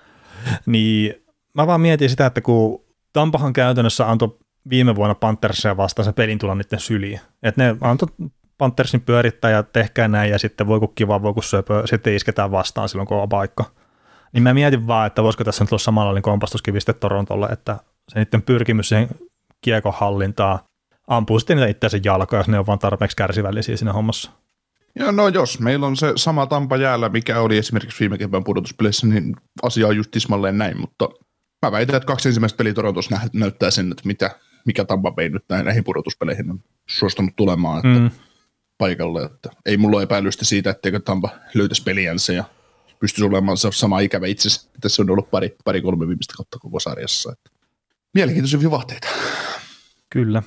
Niin mä vaan mietin sitä, että kun Tampahan käytännössä antoi viime vuonna Panthersia vastaan se pelin tulla niiden syliin. Että ne antoi Panthersin pyörittää ja tehkää näin ja sitten voi kun kiva, voi kun söpö, sitten isketään vastaan silloin kun on paikka. Niin mä mietin vaan, että voisiko tässä nyt olla samanlainen kompastuskiviste Torontolle, että se niiden pyrkimys siihen kiekon hallintaan ampuu sitten niitä itseänsä jalkoja, jos ne on vaan tarpeeksi kärsivällisiä siinä hommassa. Ja no jos meillä on se sama Tampa jäällä, mikä oli esimerkiksi viime kevään pudotuspelissä, niin asia on just tismalleen näin, mutta mä väitän, että 2 ensimmäistä peliä Torontossa näyttää sen, että mikä Tampa Bay nyt näihin pudotuspeleihin on suostunut tulemaan että paikalle. Että ei mulla ole epäilystä siitä, etteikö Tampa löytäisi peliänsä ja pystyisi olemaan se sama ikävä itsensä. Tässä on ollut pari-kolme viimeistä kautta koko sarjassa. Että mielenkiintoisia vivahteita. Kyllä.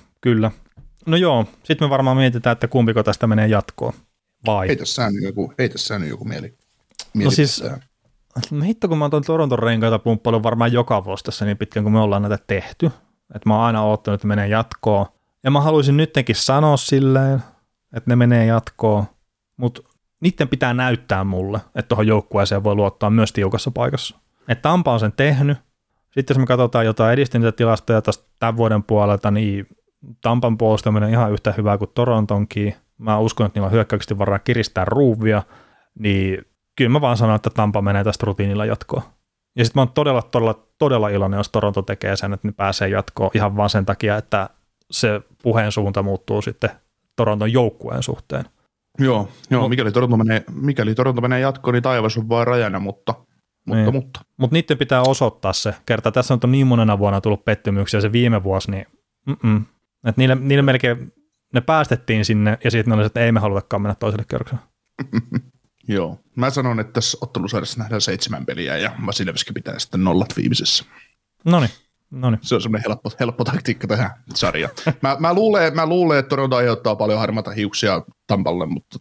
No joo, sitten me varmaan mietitään, että kumpiko tästä menee jatkoon. Vai? Heitä sään joku mieli. No siis, hitto kun mä oon tuon Toronton renkaita pumppailun varmaan joka vuosi tässä niin pitkään, kun me ollaan näitä tehty. Että mä oon aina odottanut, että menee jatkoon. Ja mä haluaisin nyttenkin sanoa silleen, että ne menee jatkoon. Mutta niiden pitää näyttää mulle, että tuohon joukkueeseen voi luottaa myös tiukassa paikassa. Että Tampa on sen tehnyt. Sitten jos me katsotaan jotain edistyneitä tilastoja tästä tämän vuoden puolelta, niin Tampan puolustaminen on ihan yhtä hyvää kuin Torontonkin. Mä uskon, että niillä on hyökkäyksesti varaa kiristää ruuvia, niin kyllä mä vaan sanon, että Tampa menee tästä rutiinilla jatkoon. Ja sitten mä oon todella iloinen, jos Toronto tekee sen, että ne pääsee jatkoon ihan vaan sen takia, että se puheen suunta muuttuu sitten Toronton joukkueen suhteen. Joo, mikäli Toronto menee jatkoon, niin taivas on vaan rajana, mutta. Mutta niiden pitää osoittaa se. Kerta tässä on niin monena vuonna tullut pettymyksiä se viime vuosi, niin että niille melkein ne päästettiin sinne ja sitten ne oli, että ei me halutakaan mennä toiselle kierrokselle. Joo, mä sanon, että tässä ottelusarjassa nähdään 7 peliä ja Vasilevski pitää sitten 0 viimeisessä. Noniin. Se on semmoinen helppo taktiikka tähän sarjaan. Mä luulen, että Toronto aiheuttaa paljon harmaata hiuksia Tampalle, mutta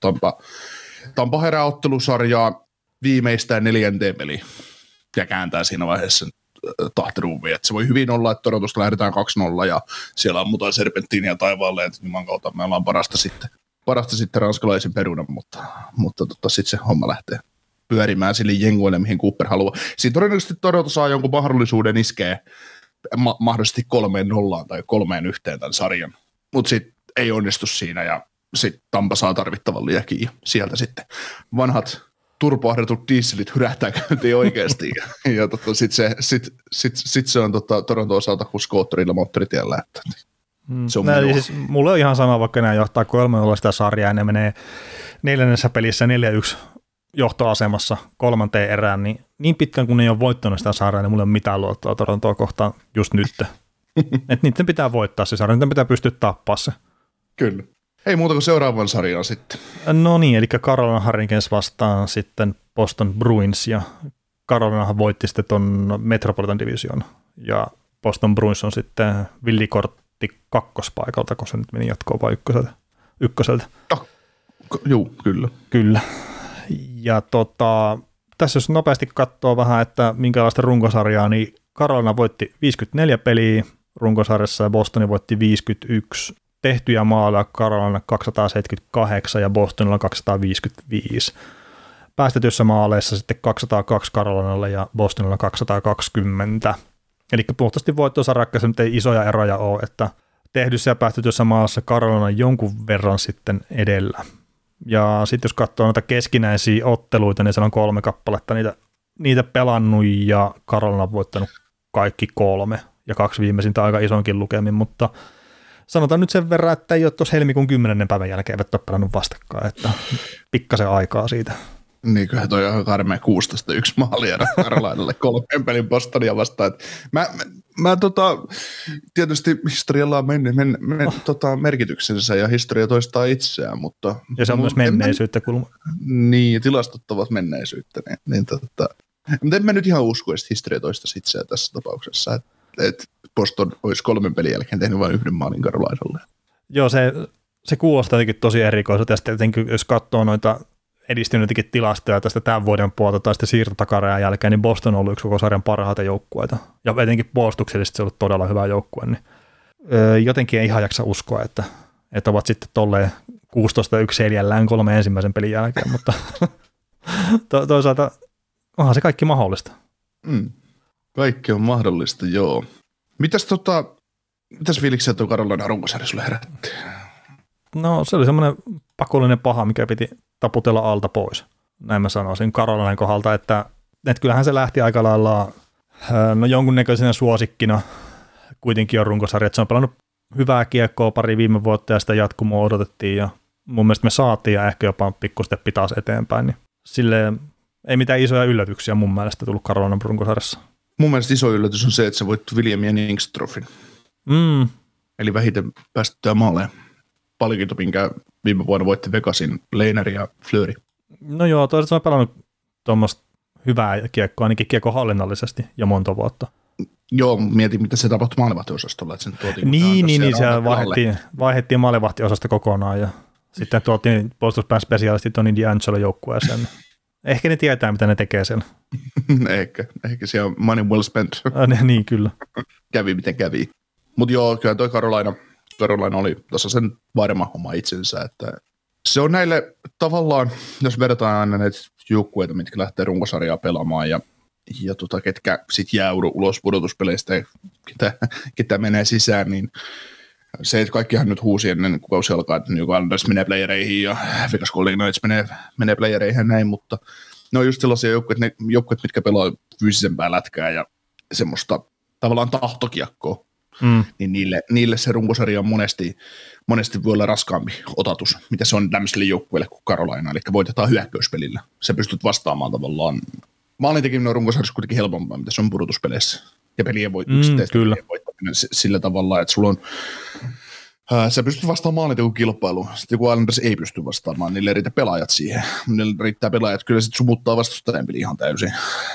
Tampa herää ottelusarjaa viimeistään 4. peliin ja kääntää siinä vaiheessa tahtiruuviin. Se voi hyvin olla, että Torontosta lähdetään 2-0 ja siellä ammutaan serpenttiiniä taivaalle, että juman kautta me ollaan parasta sitten ranskalaisen perunan, mutta sitten se homma lähtee pyörimään sille jengoille, mihin Cooper haluaa. Siinä todennäköisesti Toronto saa jonkun mahdollisuuden iskeä mahdollisesti 3-0 tai 3-1 tämän sarjan, mutta sitten ei onnistu siinä ja sitten Tampa saa tarvittavan liekin ja sieltä sitten vanhat turpoahdetut dieselit hyrähtää käyntiin oikeasti ja sitten se on Toronto osalta kuin skootterilla moottoritiellä. Se on siis, mulle on ihan sama, vaikka nämä johtaa 3-0 sitä sarjaa ja ne menee 4. pelissä 4-1 johtoasemassa 3. erään, niin pitkään kun ne ei ole voittanut sitä sarjaa, niin mulla ei ole mitään luottoa Torontoa kohtaan just nyt. Että niiden pitää voittaa se sarja, niiden pitää pystyä tappaa se. Kyllä. Ei muuta kuin seuraavan sarjaan sitten. No niin, eli Carolina Hurricanes vastaan sitten Boston Bruins, ja Carolinahan voitti sitten ton Metropolitan Division, ja Boston Bruins on sitten villikortti 2. paikalta, kun se nyt meni jatkoon vai ykköseltä. Joo, kyllä. Kyllä. Ja tässä jos nopeasti katsoo vähän, että minkälaista runkosarjaa, niin Carolina voitti 54 peliä runkosarjassa ja Bostoni voitti 51. Tehtyjä maaleja Carolina 278 ja Bostonilla 255. Päästetyissä maaleissa sitten 202 Carolinalle ja Bostonilla 220. Eli puhtaasti voittosarjakkeessa nyt ei isoja eroja ole, että tehdyissä ja päästetyissä maaleissa Carolina on jonkun verran sitten edellä. Ja sitten jos katsoo noita keskinäisiä otteluita, niin siellä on 3 kappaletta niitä pelannut ja Carolina on voittanut kaikki 3 ja 2 viimeisintä aika isonkin lukemin, mutta sanotaan nyt sen verran, että ei ole tuossa helmikuun 10. päivän jälkeen eivät ole pelannut vastakkain, että pikkasen aikaa siitä. Niin kyllä toi on karmea 16-1 maalia Carolinalle 3 pelin Bostonia vastaan. Mä tietysti historialla on mennyt merkityksensä ja historia toistaa itseään, mutta ja se on myös menneisyyttä kulma. Niin, tilastot ovat menneisyyttä. Mutta en mä nyt ihan usko, että historia toistaisi itseään tässä tapauksessa, että Boston olisi 3 pelin jälkeen tehnyt vain 1 maalin Carolinalle. Joo, se kuulostaa jotenkin tosi erikoiselta, ja sitten jotenkin, jos katsoo noita edistyneetikin tilastoja tästä tämän vuoden puolta tai sitten siirtotakarajan jälkeen, niin Boston on ollut yksi koko sarjan parhaita joukkueita. Ja etenkin puolustuksellisesti se on ollut todella hyvä joukkue, niin jotenkin ei ihan jaksa uskoa, että ovat sitten tolleen 16-1 seljällään 3 ensimmäisen pelin jälkeen, mutta toisaalta onhan se kaikki mahdollista. Kaikki on mahdollista, joo. Mitäs fiiliksiä tuo Carolina runkosarja sulle herätti? No se oli semmoinen pakollinen paha, mikä piti taputella alta pois. Näin mä sanoisin Carolinan kohdalta, että kyllähän se lähti aika lailla jonkunnäköisenä suosikkina kuitenkin on runkosarja, että se on pelannut hyvää kiekkoa pari viime vuotta ja sitä jatkumoa odotettiin ja mun mielestä me saatiin ja ehkä jopa pikkusteppi taas eteenpäin, niin silleen ei mitään isoja yllätyksiä mun mielestä tullut Carolinan runkosarjassa. Mun mielestä iso yllätys on se, että sä voit William Jennings Trophyn. Eli vähiten päästettyä maaleen. Palkinto, minkä viime vuonna voitti Vegasin Leineri ja Fleury. No joo, toisaalta se on pelannut tuommoista hyvää kiekkoa, ainakin kiekko hallinnallisesti jo monta vuotta. Joo, mietin, mitä se tapahtui maalivahtiosastolla. Että sen tuotiin, niin siellä vaihdettiin maalivahtiosasto kokonaan ja sitten tuotiin puolustuspään spesiaalisti Tony DiAngelo joukkueeseen. Ehkä ne tietää, mitä ne tekee sen. Ehkä se on money well spent. Niin, kyllä. Kävi miten kävi. Mutta joo, kyllä toi Carolina oli tuossa sen varma oma itsensä, että se on näille tavallaan, jos verrataan aina näitä joukkueita, mitkä lähtee runkosarjaa pelaamaan ja ketkä sitten jää ulos pudotuspeleistä ja ketä menee sisään, niin se, että kaikkihan nyt huusi ennen kuin kausi alkaa, että New Islanders menee playereihin ja Vegas Golden Knights menee playereihin ja näin, mutta ne on just sellaisia joukkueet, mitkä pelaa fyysisempää lätkää ja semmoista tavallaan tahtokiekkoa, niin niille se runkosarja on monesti voi olla raskaampi otatus, mitä se on tämmöiselle joukkueelle kuin Carolina, eli voitetaan hyökkäyspelillä. Sä pystyt vastaamaan tavallaan. Maalin tekeminen on runkosarjassa kuitenkin helpompaa, mitä se on pudotuspeleissä. Ja pelien voittaminen sillä tavalla, että sulla on sä pystyt vastaamaan maalintekokilpailuun. Sitten joku Islanders ei pysty vastaamaan, niille ei riitä pelaajat siihen. Niille riittää pelaajat, kyllä sitten sumuttaa vastustajan peli ihan täysin.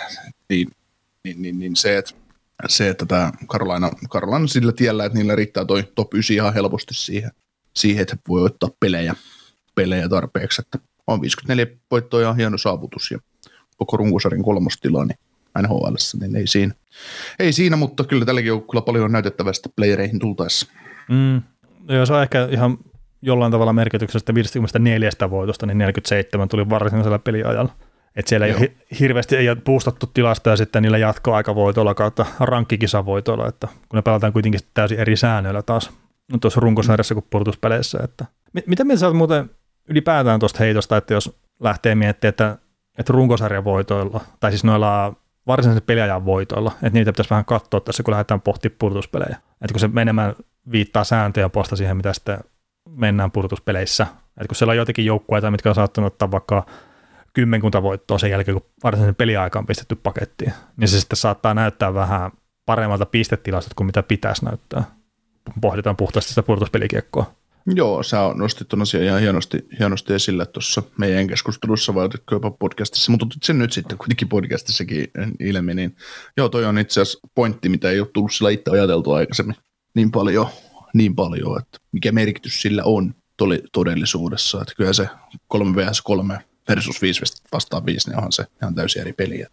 Niin se, että tämä Carolina sillä tiellä, että niillä riittää toi top 9 ihan helposti siihen, että voi ottaa pelejä tarpeeksi. Että on 54 voittoa ja hieno saavutus ja koko runkosarjan 3. tila, niin NHL:ssä, niin ei siinä, mutta kyllä tälläkin joukkueella paljon näytettävästä playereihin tultaessa. Joo, se on ehkä ihan jollain tavalla merkityksestä 54 voitosta, niin 47 tuli varsinaisella peliajalla. Että siellä ei hirveästi ei ole boostattu tilasta ja sitten niillä jatkoaikavoitoilla kautta rankkikisavoitoilla, että kun ne pelataan kuitenkin täysin eri säännöillä taas tuossa runkosarjassa kuin pudotuspeleissä. Että mitä mieltä sä oot muuten ylipäätään tuosta heitosta, että jos lähtee miettimään, että runkosarjan voitoilla, tai siis noilla varsinaisen peliajan voitoilla, että niitä pitäisi vähän katsoa tässä, kun lähdetään pohtimaan pudotuspelejä. Että kun se enemmän viittaa sääntöjä posta siihen, mitä sitten mennään pudotuspeleissä. Että kun siellä on jotenkin joukkueita, mitkä on saattanut ottaa vaikka 10 voittoa sen jälkeen, kun varsinaisen peliaika on pistetty pakettiin, niin se sitten saattaa näyttää vähän paremmalta pistetilastot kuin mitä pitäisi näyttää. Pohditaan puhtaasti sitä pudotuspelikiekkoa. Joo, sä nostit tuon asian ihan hienosti esille tuossa meidän keskustelussa, vai otetko jopa podcastissa, mutta otit sen nyt sitten kuitenkin podcastissakin ilmi, niin joo, toi on itse asiassa pointti, mitä ei ole tullut sillä itse ajateltua aikaisemmin niin paljon, että mikä merkitys sillä on todellisuudessa, että kyllä se 3vs3 versus 5 vastaan 5, niin onhan se ihan täysin eri peliä.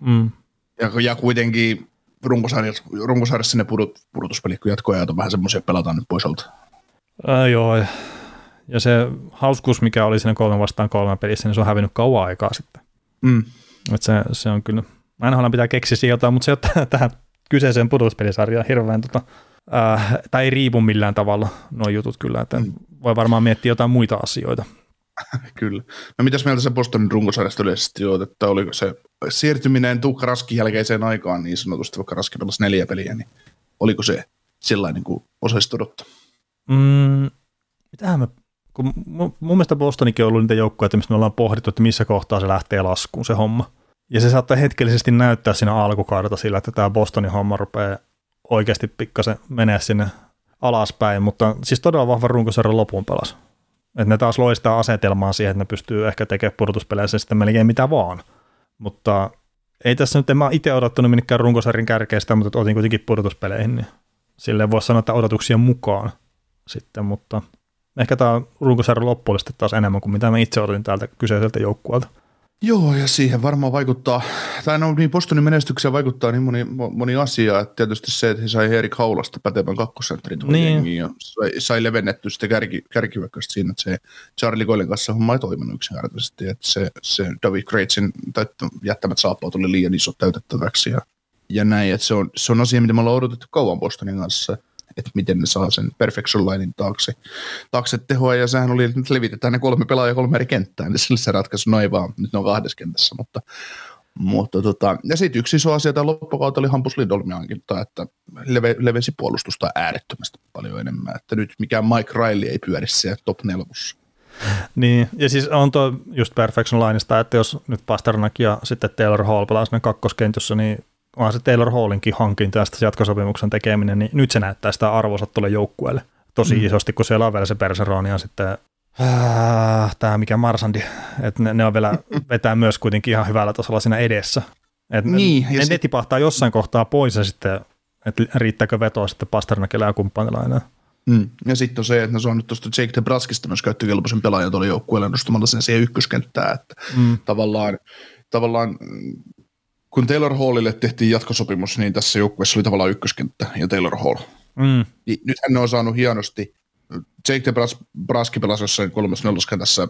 Ja kuitenkin runkosarjassa ne pudotuspelit, kun jatkoajat on vähän semmoisia, pelataan nyt pois alta. Joo, ja se hauskuus, mikä oli siinä 3 vastaan 3 pelissä, niin se on hävinnyt kauan aikaa sitten. Että se on kyllä, aina pitää keksiä jotain, mutta se ottaa tähän kyseiseen pudotuspelisarjaan hirveän, tai ei riipu millään tavalla nuo jutut kyllä, että voi varmaan miettiä jotain muita asioita. Kyllä. No mitäs mieltä se Bostonin runkosarjasta yleisesti on, että oliko se siirtyminen Tuukka Raskin jälkeiseen aikaan niin sanotusti, vaikka Raski pelasi 4 peliä, niin oliko se sellainen kuin osaisit odottaa? Mitähän mun mielestä Bostonikin on ollut niitä joukkoja, mistä me ollaan pohdittu, että missä kohtaa se lähtee laskuun se homma. Ja se saattaa hetkellisesti näyttää siinä alkukaudella sillä, että tämä Bostonin homma rupeaa oikeasti pikkasen menee sinne alaspäin, mutta siis todella vahva runkosarjan lopun pelas. Että ne taas loistaa asetelmaa siihen, että ne pystyy ehkä tekemään pudotuspeleissä sitten melkein mitä vaan. Mutta ei tässä nyt, en mä itse odottanut minnekään runkosarjan kärkeistä, mutta otin kuitenkin pudotuspeleihin, niin silleen voisi sanoa, että odotuksien mukaan sitten, mutta Ehkä tämä runkosarjan loppu oli sitten taas enemmän kuin mitä mä itse otin täältä kyseiseltä joukkueelta. Joo, ja siihen varmaan vaikuttaa, tai no niin Bostonin menestykseen vaikuttaa niin moni asia, että tietysti se, että he sai Erik Haulasta pätevän kakkosentterin niin. Ja sai levennetty sitä kärkiväköstä siinä, että se Charlie Coylen kanssa homma ei toiminut yksinkertaisesti, että se David Krejcin jättämät saappaat oli liian iso täytettäväksi ja näin, että se on asia, mitä me ollaan odotettu kauan Bostonin kanssa, että miten ne saa sen perfection linein taakse tehoa, ja sehän oli, että nyt levitetään ne 3 pelaajaa 3 eri kenttään, niin sillä se ratkaisu, no ei vaan, nyt ne on 2 kentässä, mutta ja sitten yksi iso asia tämä loppukautta oli Hampus Lindholmin hankinta, että levesi puolustusta äärettömästi paljon enemmän, että nyt mikään Mike Riley ei pyöri siellä top 4. Niin, ja siis on tuo just perfection lineista, että jos nyt Pasternak ja sitten Taylor Hall pelaa sinne kakkoskentussa, niin onhan se Taylor Hallinkin hankinta ja sitten jatkosopimuksen tekeminen, niin nyt se näyttää sitä arvonsa tuolle joukkueelle tosi isosti, kun siellä on vielä se Bergeron ja sitten tämä mikä Marsandi, että ne on vielä vetää myös kuitenkin ihan hyvällä tasolla siinä edessä. Että niin, ne tipahtaa jossain kohtaa pois ja sitten, että riittääkö vetoa sitten Pasternakilla ja kumppanilla enää. Ja sitten on se, että ne saa nyt tuosta Jake DeBruskista myös käyttökelpoisen pelaajan tuolle joukkueelle nostamalla sen siihen ykköskenttään, että tavallaan kun Taylor Hallille tehtiin jatkosopimus, niin tässä joukkueessa oli tavallaan ykköskenttä ja Taylor Hall. Niin nythän ne on saanut hienosti. Jake DeBrusk pelasi jossain 3-4 kentässä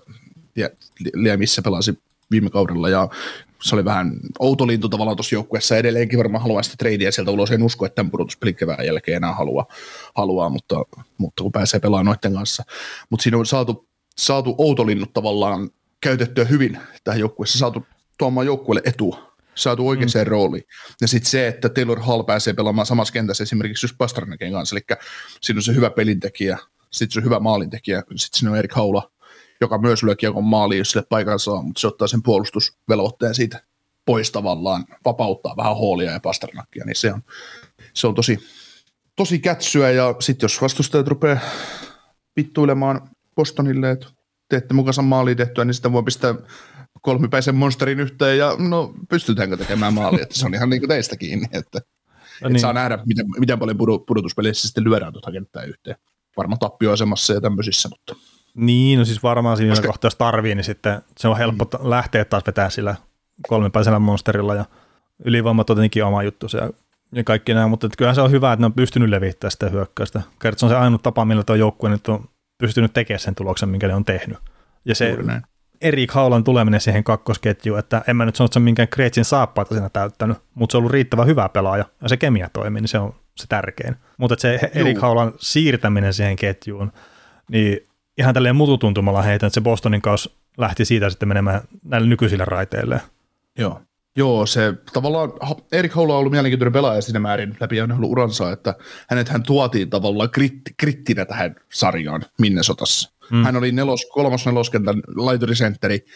ja missä pelasi viime kaudella, ja se oli vähän outo lintu tavallaan tuossa joukkueessa. Edelleenkin varmaan haluaa sitä tradea sieltä ulos. En usko, että tämän pudotuspelin kevään jälkeen enää haluaa, mutta kun pääsee pelaamaan noiden kanssa. Mutta siinä on saatu outo linnut tavallaan käytettyä hyvin tähän joukkueessa, saatu tuomaan joukkueelle etua. Saatu oikeaan rooliin. Ja sitten se, että Taylor Hall pääsee pelaamaan samassa kentässä esimerkiksi just Pasternakin kanssa, eli siinä on se hyvä pelintekijä, sitten se on hyvä maalintekijä, sitten siinä on Erik Haula, joka myös lyö kiekon maaliin, jos sille paikan saa, mutta se ottaa sen puolustusvelvoitteen siitä pois tavallaan, vapauttaa vähän Hallia ja Pasternakia, niin se on tosi kätsyä, ja sitten jos vastustajat rupeaa vittuilemaan Bostonille, että teette mukansa maaliin tehtyä, niin sitä voi pistää 3-päisen monsterin yhteen, ja no pystytäänkö tekemään maalia, että se on ihan niin kuin teistä kiinni, että niin. Saa nähdä, miten paljon pudotuspeleissä sitten lyödään tuota kenttää yhteen. Varmaan tappioasemassa ja tämmöisissä, mutta... Niin, no siis varmaan siinä kohtaa, jos tarvii, niin sitten se on helppo lähteä taas vetää sillä 3-päisellä monsterilla, ja ylivoimat on tietenkin oma juttu ja kaikki nämä, mutta kyllähän se on hyvä, että ne on pystynyt levittämään sitä hyökkäystä. Kertoo, se on se ainut tapa, millä tuo joukkue nyt on pystynyt tekemään sen tuloksen, minkä ne on tehnyt. Ja se Erik Haulan tuleminen siihen kakkosketjuun, että en mä nyt sano, että se on minkään Krejcin saappaita siinä täyttänyt, mutta se on ollut riittävän hyvä pelaaja, ja se kemia toimii, niin se on se tärkein. Mutta se Erik Haulan siirtäminen siihen ketjuun, niin ihan tälleen mututuntumalla heitä, että se Bostonin kaus lähti siitä sitten menemään näille nykyisille raiteille. Joo, se tavallaan, Erik Haula on ollut mielenkiintoinen pelaaja siinä määrin läpi uransa, että hän tuotiin tavallaan krittinä tähän sarjaan Minnesotassa. Hän oli 3-4 kentän laiturisentteri,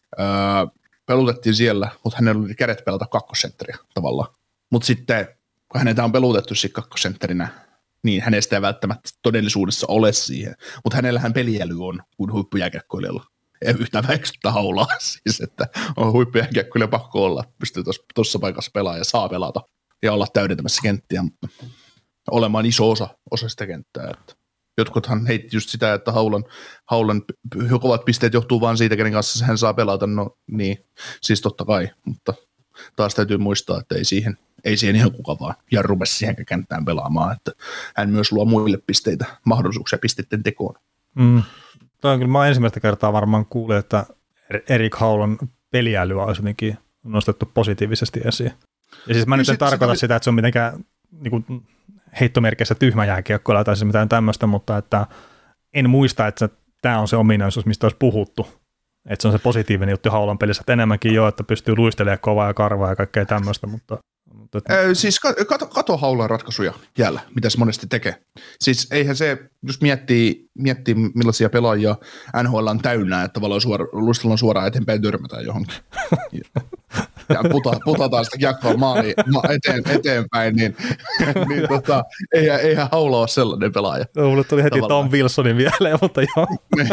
pelutettiin siellä, mutta hänellä oli kädet pelata kakkosentteriä tavallaan. Mutta sitten, kun hänetään on pelutettu sitten kakkosentterinä, niin hänestä ei välttämättä todellisuudessa ole siihen. Mutta hänellähän peliäly on kuin huippujääkiekkoilijalla. Ei yhtään väiksyttä Haulaa, siis että on huippujääkiekkoilija pakko olla, pystyy tuossa paikassa pelaamaan ja saa pelata ja olla täydentämässä kenttiä, mutta olemaan iso osa sitä kenttää. Että jotkuthan heitti just sitä, että Haulan kovat pisteet johtuu vaan siitä, kenen kanssa hän saa pelata, no niin, siis totta kai, mutta taas täytyy muistaa, että ei siihen ihan kuka vaan jarrumessa siihen kenttään pelaamaan, että hän myös luo muille pisteitä, mahdollisuuksia pisteiden tekoon. Toi on kyllä, mä ensimmäistä kertaa varmaan kuulin, että Erik Haulan peliälyä olisi jotenkin nostettu positiivisesti esiin. Ja siis mä nyt en tarkoita sitä, että se on mitenkään niin kuin heittomerkeissä tyhmä jääkiekkoilla tai siis mitään tämmöistä, mutta että en muista, että tämä on se ominaisuus, mistä olisi puhuttu. Että se on se positiivinen juttu Haulan pelissä, että enemmänkin jo, että pystyy luistelemaan kovaa ja karvaa ja kaikkea tämmöistä, mutta siis kato Haulan ratkaisuja jäällä, mitä se monesti tekee. Siis eihän se, jos miettii millaisia pelaajia NHL on täynnä, että tavallaan luistellaan suoraan eteenpäin törmätään johonkin. Ja putataan sitä kiekkoa maaliin eteenpäin, niin eihän Haula ole sellainen pelaaja. No, mulle tuli heti Tom Wilsonin vielä, mutta joo.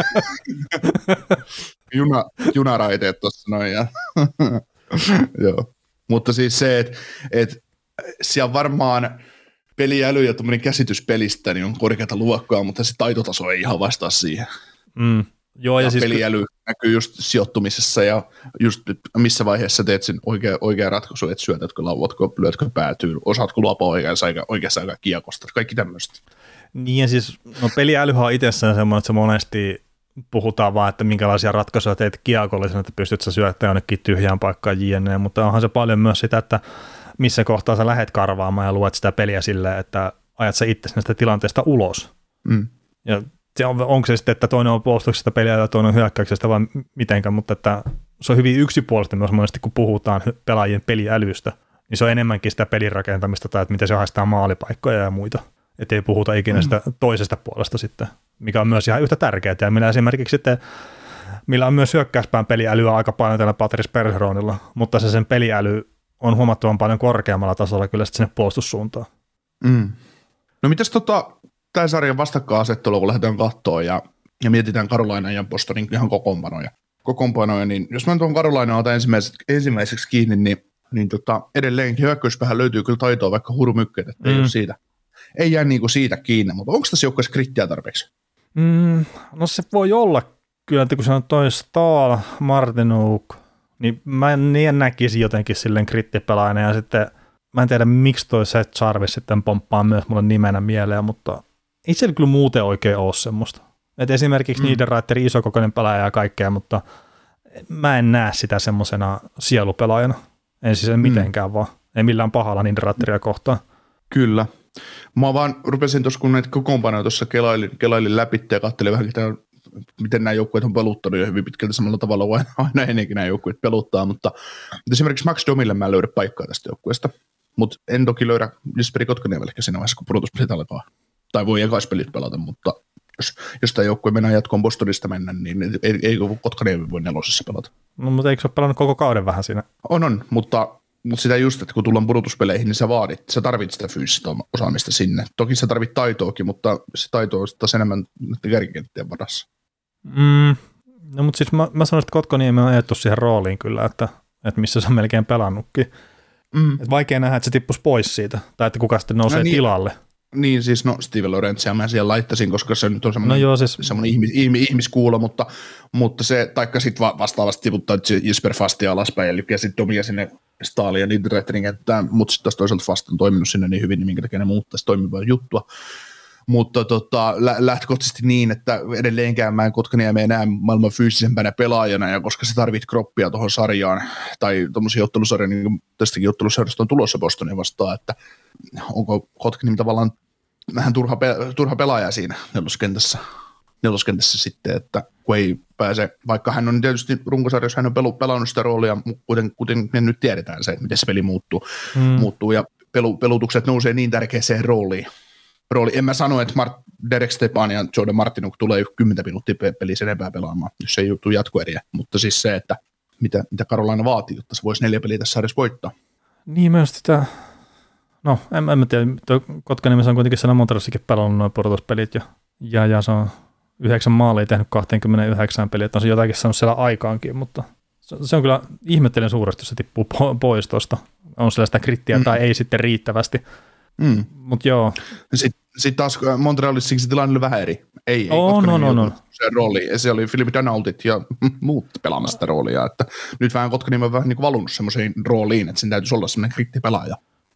Junaraiteet tuossa noin. Joo. Mutta siis se, että siellä varmaan peliäly ja tuommoinen käsitys pelistä niin on korkeata luokkaa, mutta se taitotaso ei ihan vastaa siihen. Joo, ja siis peliäly näkyy just sijoittumisessa ja just missä vaiheessa teet sen oikea ratkaisu, että syötätkö, lauvatko, lyötkö päätyyn, osaatko luopua oikeassa aikaa kiekosta, kaikki tämmöistä. Niin ja siis peliälyhän on itsessään semmoinen, että se monesti puhutaan vaan, että minkälaisia ratkaisuja teet kiekollisena, että pystyt sä syöttämään jonnekin tyhjään paikkaan jne, mutta onhan se paljon myös sitä, että missä kohtaa sä lähet karvaamaan ja luet sitä peliä silleen, että ajat sä itse näistä tilanteesta ulos. Ja onko se sitten, että toinen on puolustuksesta peliä ja toinen on hyökkäyksestä vai mitenkään, mutta että se on hyvin yksipuolista myös monesti, kun puhutaan pelaajien peliälystä, niin se on enemmänkin sitä pelin rakentamista tai että miten se haistaa maalipaikkoja ja muita. Että ei puhuta ikinä sitä toisesta puolesta sitten, mikä on myös ihan yhtä tärkeää. Ja millä esimerkiksi sitten, millä on myös hyökkäyspään peliälyä aika paljon tällä Patrice Bergeronilla, mutta se sen peliäly on huomattavan paljon korkeammalla tasolla kyllä sitten sinne puolustussuuntaan. No mitäs tämän sarjan vastakkainasettelua, kun lähdetään katsoa ja mietitään Carolina ja Bostonin ihan kokoonpanoja, niin jos mä tuon Carolina otan ensimmäiseksi kiinni, niin edelleenkin hyökkäyspäähän löytyy kyllä taitoa vaikka hurumykkeet, että ei ole siitä. Ei jää niinku siitä kiinni, mutta onko tässä joukkueessa krittiä tarpeeksi? No se voi olla kyllä, että kun se on toi Stahl, Martinook, niin mä en näkisi jotenkin silleen krittipelaajana ja sitten mä en tiedä miksi toi Seth Jarvis sitten pomppaa myös mulle nimenä mieleen, mutta ei se kyllä muuten oikein ole semmoista. Et esimerkiksi Niederreiter isokokoinen pelaaja ja kaikkea, mutta mä en näe sitä semmoisena sielupelaajana. En siis mitenkään vaan. Ei millään pahalla Niederreiteria kohtaan. Kyllä. Mä vaan rupesin tuossa, kun näitä kokoonpanoja tuossa kelailin läpi ja katselin vähän, miten nämä joukkueet on peluttanut jo hyvin pitkälti samalla tavalla kuin aina ennenkin nämä joukkueet peluttaa, mutta esimerkiksi Max Domille mä en löydä paikkaa tästä joukkueesta, mutta en toki löydä Jesperi Kotkaniemellekään siinä vaiheessa, kun pudotuspelit alkaa. Tai voi ekaispelit pelata, mutta jos tämä joukkue mennään jatkoon Bostonista mennä, niin ei Kotkaniemi voi nelosessa pelata. No, mutta eikö se ole pelannut koko kauden vähän siinä? On, mutta sitä just, että kun tullaan pudotuspeleihin, niin sä tarvit sitä fyysistä osaamista sinne. Toki sä tarvit taitoakin, mutta se taito on taas enemmän kärkikenttien varassa. No mutta siis mä sanoin, että Kotkaniemi on ajettu siihen rooliin kyllä, että missä se on melkein pelannutkin. Et vaikea nähdä, että se tippuisi pois siitä, tai että kuka sitten nousee tilalle. Niin, siis Steven Lorenzia mä siellä laittaisin, koska se nyt on semmoinen, semmoinen ihmiskuulo, mutta se, taikka sitten vastaavasti tiputtaa Jesper Fastia alaspäin ja lykkää sitten Domia sinne Stahlia ja Niederreiterin kenttään, mutta sitten taas toisaalta Fast on toiminut sinne niin hyvin, niin minkä takia ne muuttaisi toimivaa juttua. Mutta lähtökohtaisesti niin, että edelleenkään mä en Kotkaniemeen näe maailman fyysisempänä pelaajana, ja koska se tarvit kroppia tuohon sarjaan, tai tuommoisia ottelusarjoja, niin kuin tästäkin ottelusarjasta on tulossa Bostonia vastaan, että onko Kotkaniemi tavallaan vähän turha pelaaja siinä neloskentässä sitten, että kun ei pääse, vaikka hän on tietysti runkosarjassa, hän on pelannut sitä roolia, kuten me nyt tiedetään se, miten se peli muuttuu ja pelutukset nousee niin tärkeäseen rooliin. En mä sano, että Derek Stepan ja Jordan Martinook tulee 10 minuuttia pelissä enempää pelaamaan, jos ei tule jatkoeriä, mutta siis se, että mitä Carolina vaatii, jotta se voisi 4 peliä tässä sarjassa voittaa. Niin myös sitä, no en mä tiedä, Kotkaniemi on kuitenkin siellä Montrealissakin pelannut noin pudotuspelit ja se on 9 maalia tehnyt 29 peliä, että on se jotakin saanut siellä aikaankin, mutta se on kyllä, ihmettelen suuresti, jos se tippuu pois tuosta, on siellä sitä krittiä tai ei sitten riittävästi. Mutta joo. Sitten taas Montrealissa se tilanne oli vähän eri. Ei se rooli. Se oli Philip Danaultit ja muut pelaamassa sitä roolia. Että nyt vähän Kotkaniemi on vähän niin kuin valunut semmoiseen rooliin, että sen täytyisi olla semmoinen krittipelaaja.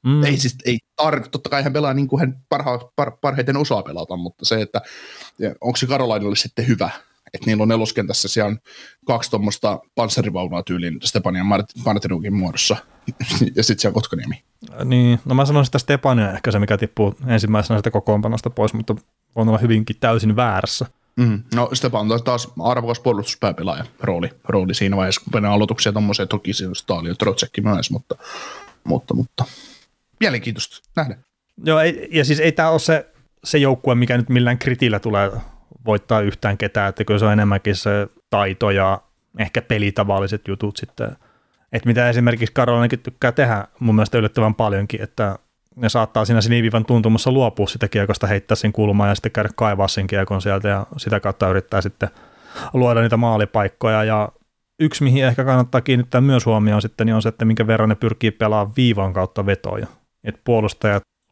Totta kai hän pelaa niin kuin hän parhaiten osaa pelata, mutta se, että onko se Carolinalla sitten hyvä, että niillä on neloskentässä siellä on 2 tuommoista panssarivaunaa tyyliin Stepan ja Martinookin muodossa, ja sitten siellä Kotkaniemi. Niin, no mä sanoisin, että Stepania ehkä se, mikä tippuu ensimmäisenä sitä kokoonpanosta pois, mutta on olla hyvinkin täysin väärässä. No Stepan on taas arvokas puolustuspääpelaaja rooli siinä vaiheessa, kun mennään aloituksia tommoiseen, toki se on Stahl ja Trotsekki myös, mutta mielenkiintoista nähdä. Joo, ja siis ei tämä ole se joukkue, mikä nyt millään kritillä tulee voittaa yhtään ketään, että kyllä se on enemmänkin se taito ja ehkä pelitavalliset jutut sitten, että mitä esimerkiksi Carolinakin tykkää tehdä mun mielestä yllättävän paljonkin, että ne saattaa siinä siniviivan tuntumassa luopua sitä kiekosta, heittää sen kulmaan ja sitten käydä kaivaa sen kiekon sieltä ja sitä kautta yrittää sitten luoda niitä maalipaikkoja ja yksi, mihin ehkä kannattaa kiinnittää myös huomioon sitten, niin on se, että minkä verran ne pyrkii pelaamaan viivan kautta vetoja, että puolustajat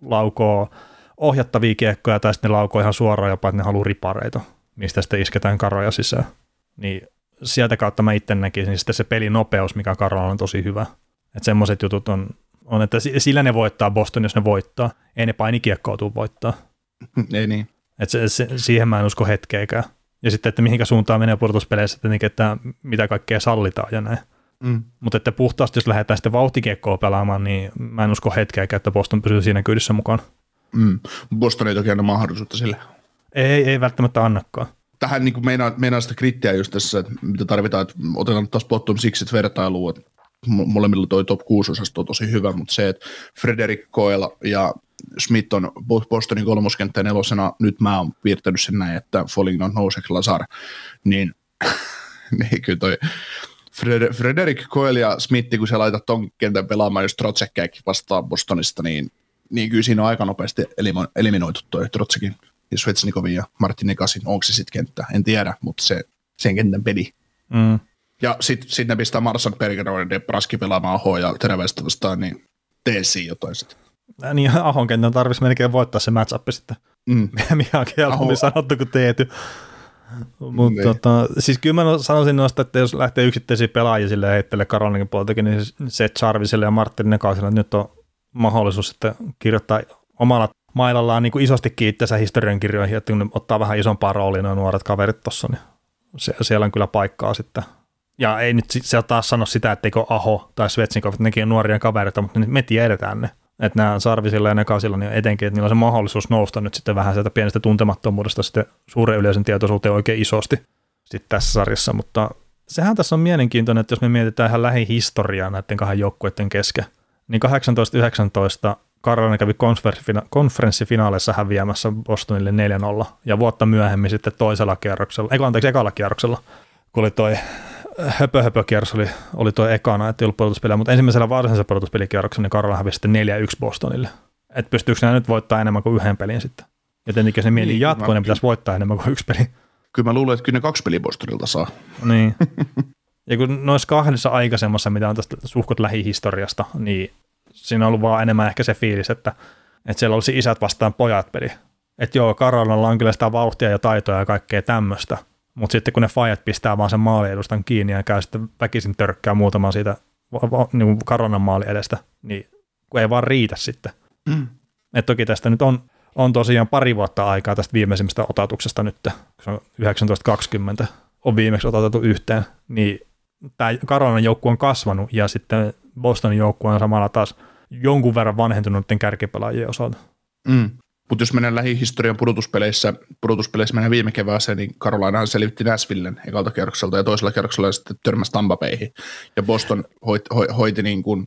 laukoo ohjattavia kiekkoja tai sitten ne laukoo ihan suoraan jopa, että ne haluaa ripareita, mistä sitten isketään karoja sisään. Niin sieltä kautta mä itse näkisin niin sitten se pelinopeus, mikä Karolla on tosi hyvä. Että semmoiset jutut on, että sillä ne voittaa Boston, jos ne voittaa. Ei ne painikiekkoa tule voittaa. Ei niin. Että siihen mä en usko hetkeäkään. Ja sitten, että mihinkä suuntaan menee pudotuspeleissä, että mitä kaikkea sallitaan ja näin. Mutta että puhtaasti, jos lähdetään sitten vauhtikiekkoa pelaamaan, niin mä en usko hetkeäkään, että Boston pysyy siinä kyydissä mukaan. Boston ei toki anna mahdollisuutta sille. Ei välttämättä annakaan. Tähän niin meinaa sitä krittiä just tässä, että mitä tarvitaan, että otetaan taas bottom sixit vertailuun, että molemmilla toi top 6-osasto on tosi hyvä, mutta se, että Frederic Coyle ja Smith on Bostonin kolmoskenttä ja nelosena, nyt mä oon piirtänyt sen näin, että Foligno, Nosek, Lazar, niin kyllä toi Frederic Coyle ja Smith, kun sä laitat ton kentän pelaamaan, jos Trotsekääkin vastaa Bostonista, niin kyllä siinä on aika nopeasti eliminoitu toi Trotsekin ja Svechnikovin ja Martin Nekasin, onko se sitten kenttä, en tiedä, mutta sen kentän peli. Ja sitten ne pistää Marsan Bergeron ja Praski pelaamaan Ahoa ja Teräväistä vastaan, niin tee siinä jotain sitten. Niin Ahon kentän tarvitsisi melkein voittaa se match-up sitten, mikä on helpommin sanottu kuin teety. Mutta siis kyllä mä sanoisin noista, että jos lähtee yksittäisiä pelaajia sille heittelee Karolinakin puoleltakin, niin se Jarviselle ja Martin Nekasille, että nyt on mahdollisuus sitten kirjoittaa omalla mailallaan niin kuin isosti kiitteensä historiankirjoihin, että kun ne ottaa vähän isompaa roolia nuo nuoret kaverit tuossa, niin siellä on kyllä paikkaa sitten. Ja ei nyt se taas sano sitä, etteikö Aho tai Svechnikov, että nekin on nuoria kavereita, mutta me tiedetään ne. Että nämä Sarvisilla ja Nekasilla niin etenkin, että niillä on se mahdollisuus nousta nyt sitten vähän sieltä pienestä tuntemattomuudesta sitten suuren yleisön tietoisuuteen oikein isosti sitten tässä sarjassa, mutta sehän tässä on mielenkiintoinen, että jos me mietitään ihan lähihistoriaa näiden kahden joukkueiden kesken, niin 18-19 Carolina kävi konferenssifinaaleissa häviämässä Bostonille 4-0 ja vuotta myöhemmin sitten ekalla kierroksella, kun oli toi höpö-höpö-kierros oli tuo ekana, että ei ollut pudotuspeliä, mutta ensimmäisellä varsinaisella pudotuspelikierroksella niin Karla hävisi sitten 4-1 Bostonille. Että pystyykö nämä nyt voittaa enemmän kuin yhden pelin sitten? Ja tietenkin jos ne mieli jatkoon, niin pitäisi voittaa enemmän kuin yksi peli. Kyllä mä luulen, että kyllä ne 2 peliä Bostonilta saa. Niin. Ja kun noissa kahdessa aikaisemmassa, mitä on tästä suhkot lähihistoriasta, niin siinä on ollut vaan enemmän ehkä se fiilis, että siellä olisi isät vastaan pojat peli. Että joo, Karolinalla on kyllä sitä vauhtia ja taitoja ja kaikkea tämmöistä. Mutta sitten kun ne fajat pistää vaan sen maaliedustan kiinni ja käy sitten väkisin törkkää muutaman siitä niin Karonan maali edestä, niin kun ei vaan riitä sitten. Et toki tästä nyt on tosiaan pari vuotta aikaa tästä viimeisimmästä otatuksesta nyt, kun se on 1920 on viimeksi otettu yhteen, niin tämä Karonan joukkue on kasvanut ja sitten Bostonin joukkue on samalla taas jonkun verran vanhentunut kärkipelaajien osalta. Mutta jos mennään lähihistorian pudotuspeleissä mennään viime kevääseen, niin Carolinahan selvitti Nashvillen ekalta kierrokselta ja toisella kierroksella sitten törmäsi Tampa Bayhin. Ja Boston hoiti niin kuin,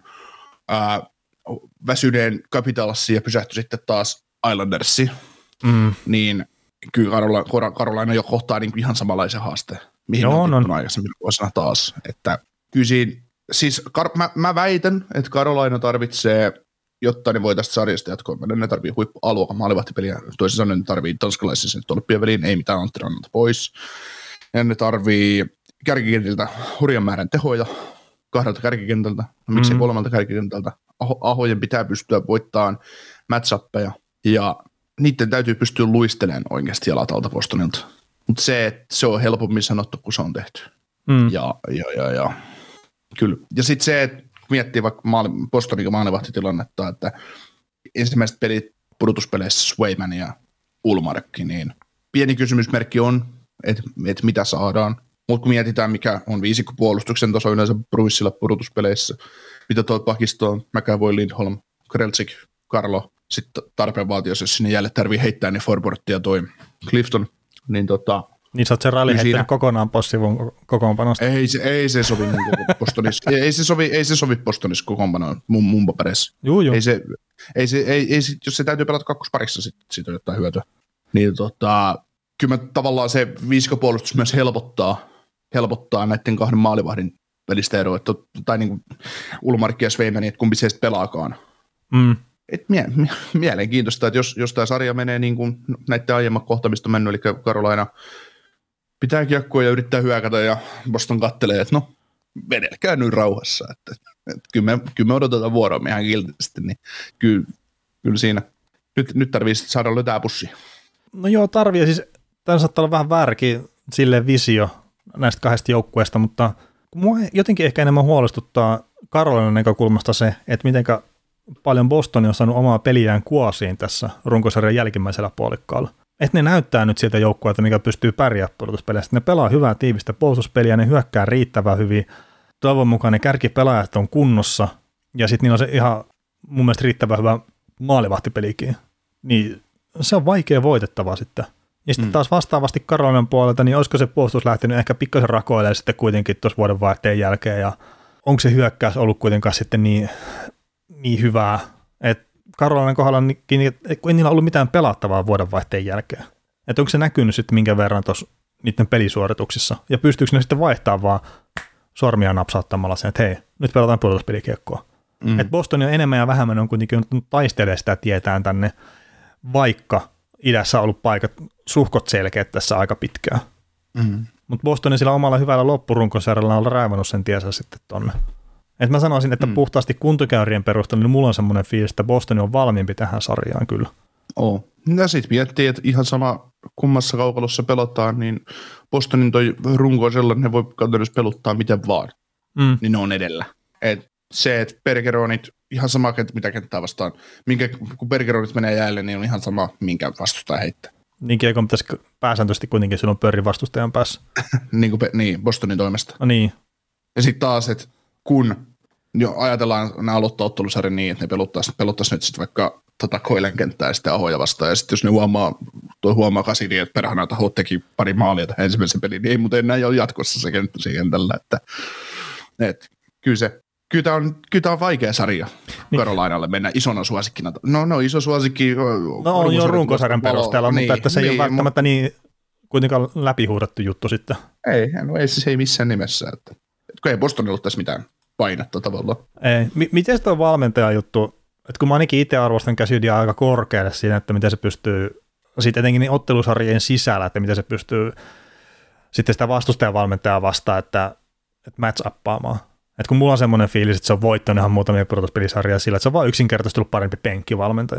väsyneen Capitalsin ja pysähtyi sitten taas Islandersiin. Niin kyllä Carolina jo kohtaa niin kuin ihan samanlaisen haasteen, mihin on aikaisemmin vuosina taas. Että kyllä siinä, siis mä väitän, että Carolina tarvitsee, jotta ne voi tästä sarjasta jatkoa. Ne tarvii huippualuokan maalivahtipeliä. Toisin sanoen ne tarvii tanskalaisen sen tolppien väliin, ei mitään Antti Rannalta pois. Ja ne tarvii kärkikentiltä hurjan määrän tehoja, 2 kärkikentältä, no miksei 3 kärkikentältä. Ahojen pitää pystyä voittamaan match-uppeja ja niiden täytyy pystyä luistelemaan oikeasti jalat alta Bostonilta. Mutta se on helpommin sanottu, kun se on tehty. Ja kyllä. Ja sitten se, että miettii vaikka Bostonin maalivahtitilannetta, että ensimmäiset pelit pudotuspeleissä Swayman ja Ulmarkki, niin pieni kysymysmerkki on, että mitä saadaan. Mutta kun mietitään, mikä on viisikkopuolustuksen taso yleensä Bruinsilla pudotuspeleissä, mitä tuolla pakistoon, McAvoy, Lindholm, Kreltsik, Carlo, sitten tarpeen vaatiossa, jos sinne jälleen tarvii heittää, niin Forbortti ja toi Clifton, niin niin sä oot sen ralli heittänyt kokonaan pois sivun kokoonpanosta. Ei se sovi mun Bostonissa. ei se sovi Bostonissa kokoonpanoon mun papereissa. Joo. Jos se täytyy pelata kakkosparissa, siitä on jotain hyötyä. Niin kyllä tavallaan se viisikopuolustus myös helpottaa näiden 2 maalivahdin välistä eroa, tai niin kuin Ulmarkki ja Sveimani, että kumpi se sitten pelaakaan. Mielenkiintoista, että jos tämä sarja menee niin kuin näiden aiemmat kohtamista mennyt, eli Carolina pitää kiekkoa ja yrittää hyökätä ja Boston kattelee, että no vedelkää nyt rauhassa, että kyllä me odotetaan vuoroamme ihan kiltisesti, niin kyllä siinä Nyt tarvitsisi saada löytää pussia. No joo, tarvii. Siis tämä saattaa olla vähän vääräkin silleen visio näistä kahdesta joukkueesta, mutta mua jotenkin ehkä enemmän huolestuttaa Carolinan näkökulmasta se, että mitenkä paljon Boston on saanut omaa peliään kuosiin tässä runkosarjan jälkimmäisellä puolikkaalla. Että ne näyttää nyt sieltä joukkueelta, mikä pystyy pärjäämään pudotuspeleissä. Ne pelaa hyvää tiivistä puolustuspeliä, ne hyökkää riittävän hyvin. Toivon mukaan ne kärkipelaajat on kunnossa, ja sitten niillä on se ihan mun mielestä riittävän hyvä maalivahtipelikin. Niin se on vaikea voitettavaa sitten. Ja sitten taas vastaavasti Carolinan puolelta, niin olisiko se puolustus lähtenyt ehkä pikkasen rakoilemaan sitten kuitenkin tuossa vuodenvaihteen jälkeen, ja onko se hyökkäys ollut kuitenkaan sitten niin hyvää, että Carolinan kohdalla ei niillä ollut mitään pelattavaa vuodenvaihteen jälkeen. Että onko se näkynyt sitten minkä verran tuossa niiden pelisuorituksissa, ja pystyykö ne sitten vaihtamaan vaan sormia napsauttamalla sen, että hei, nyt pelataan pudotuspelikiekkoa. Että Boston on enemmän ja vähemmän on kuitenkin taistelee sitä tietään tänne, vaikka idässä on ollut paikat suhkot selkeät tässä aika pitkään. Mutta Bostonin sillä omalla hyvällä loppurunkosarjalla on raivannut sen tiesä sitten tonne. Et mä sanoisin, että puhtaasti kuntokäyrien perusteella, niin mulla on semmoinen fiilis, että Boston on valmiimpi tähän sarjaan kyllä. Ja sitten miettii, että ihan sama kummassa kaukalossa pelataan, niin Bostonin toi runko on sellainen, että ne voi käytännössä peluttaa miten vaan. Niin ne on edellä. Et se, että Bergeronit, ihan sama mitä kenttää vastaan, kun Bergeronit menee jäälle, niin on ihan sama, minkä vastustaja heittää. Niin kiekon pitäisi pääsääntöisesti kuitenkin silloin pyörin vastustajan päässä. niin, Bostonin toimesta. No niin. Ja sitten taas, että kun jo ajatellaan, ne aloittaa ottelusarjan niin, että ne peluttaisi nyt sitten vaikka Koilen kenttää ja sitten Ahoja vastaan. Ja sitten jos ne huomaa Kasini, että perhana Aho teki pari maalia tähän ensimmäisen pelin, niin ei muuten enää ole jatkossa se kenttä siinä kentällä. Että kyllä tämä on vaikea sarja Carolinalle mennä isona suosikkina. No iso suosikki. No on jo runkosarjan perusteella, mutta että se ei ole välttämättä niin kuitenkaan läpihuudettu juttu sitten. Ei missään nimessä. Että ei Bostonilla ole tässä mitään painetta tavallaan. Ei. Miten tuo valmentajan juttu, että kun mä ainakin itse arvostan Cassidyä aika korkealle siinä, että miten se pystyy, sitten etenkin niin ottelusarjien sisällä, että miten se pystyy sitten sitä vastustajan valmentajaa vastaan, että match-appaamaan. Että kun mulla on semmoinen fiilis, että se on voittanut ihan muutamia pudotuspelisarjaa sillä, että se on vaan yksinkertaisesti tullut parempi penkkivalmentaja.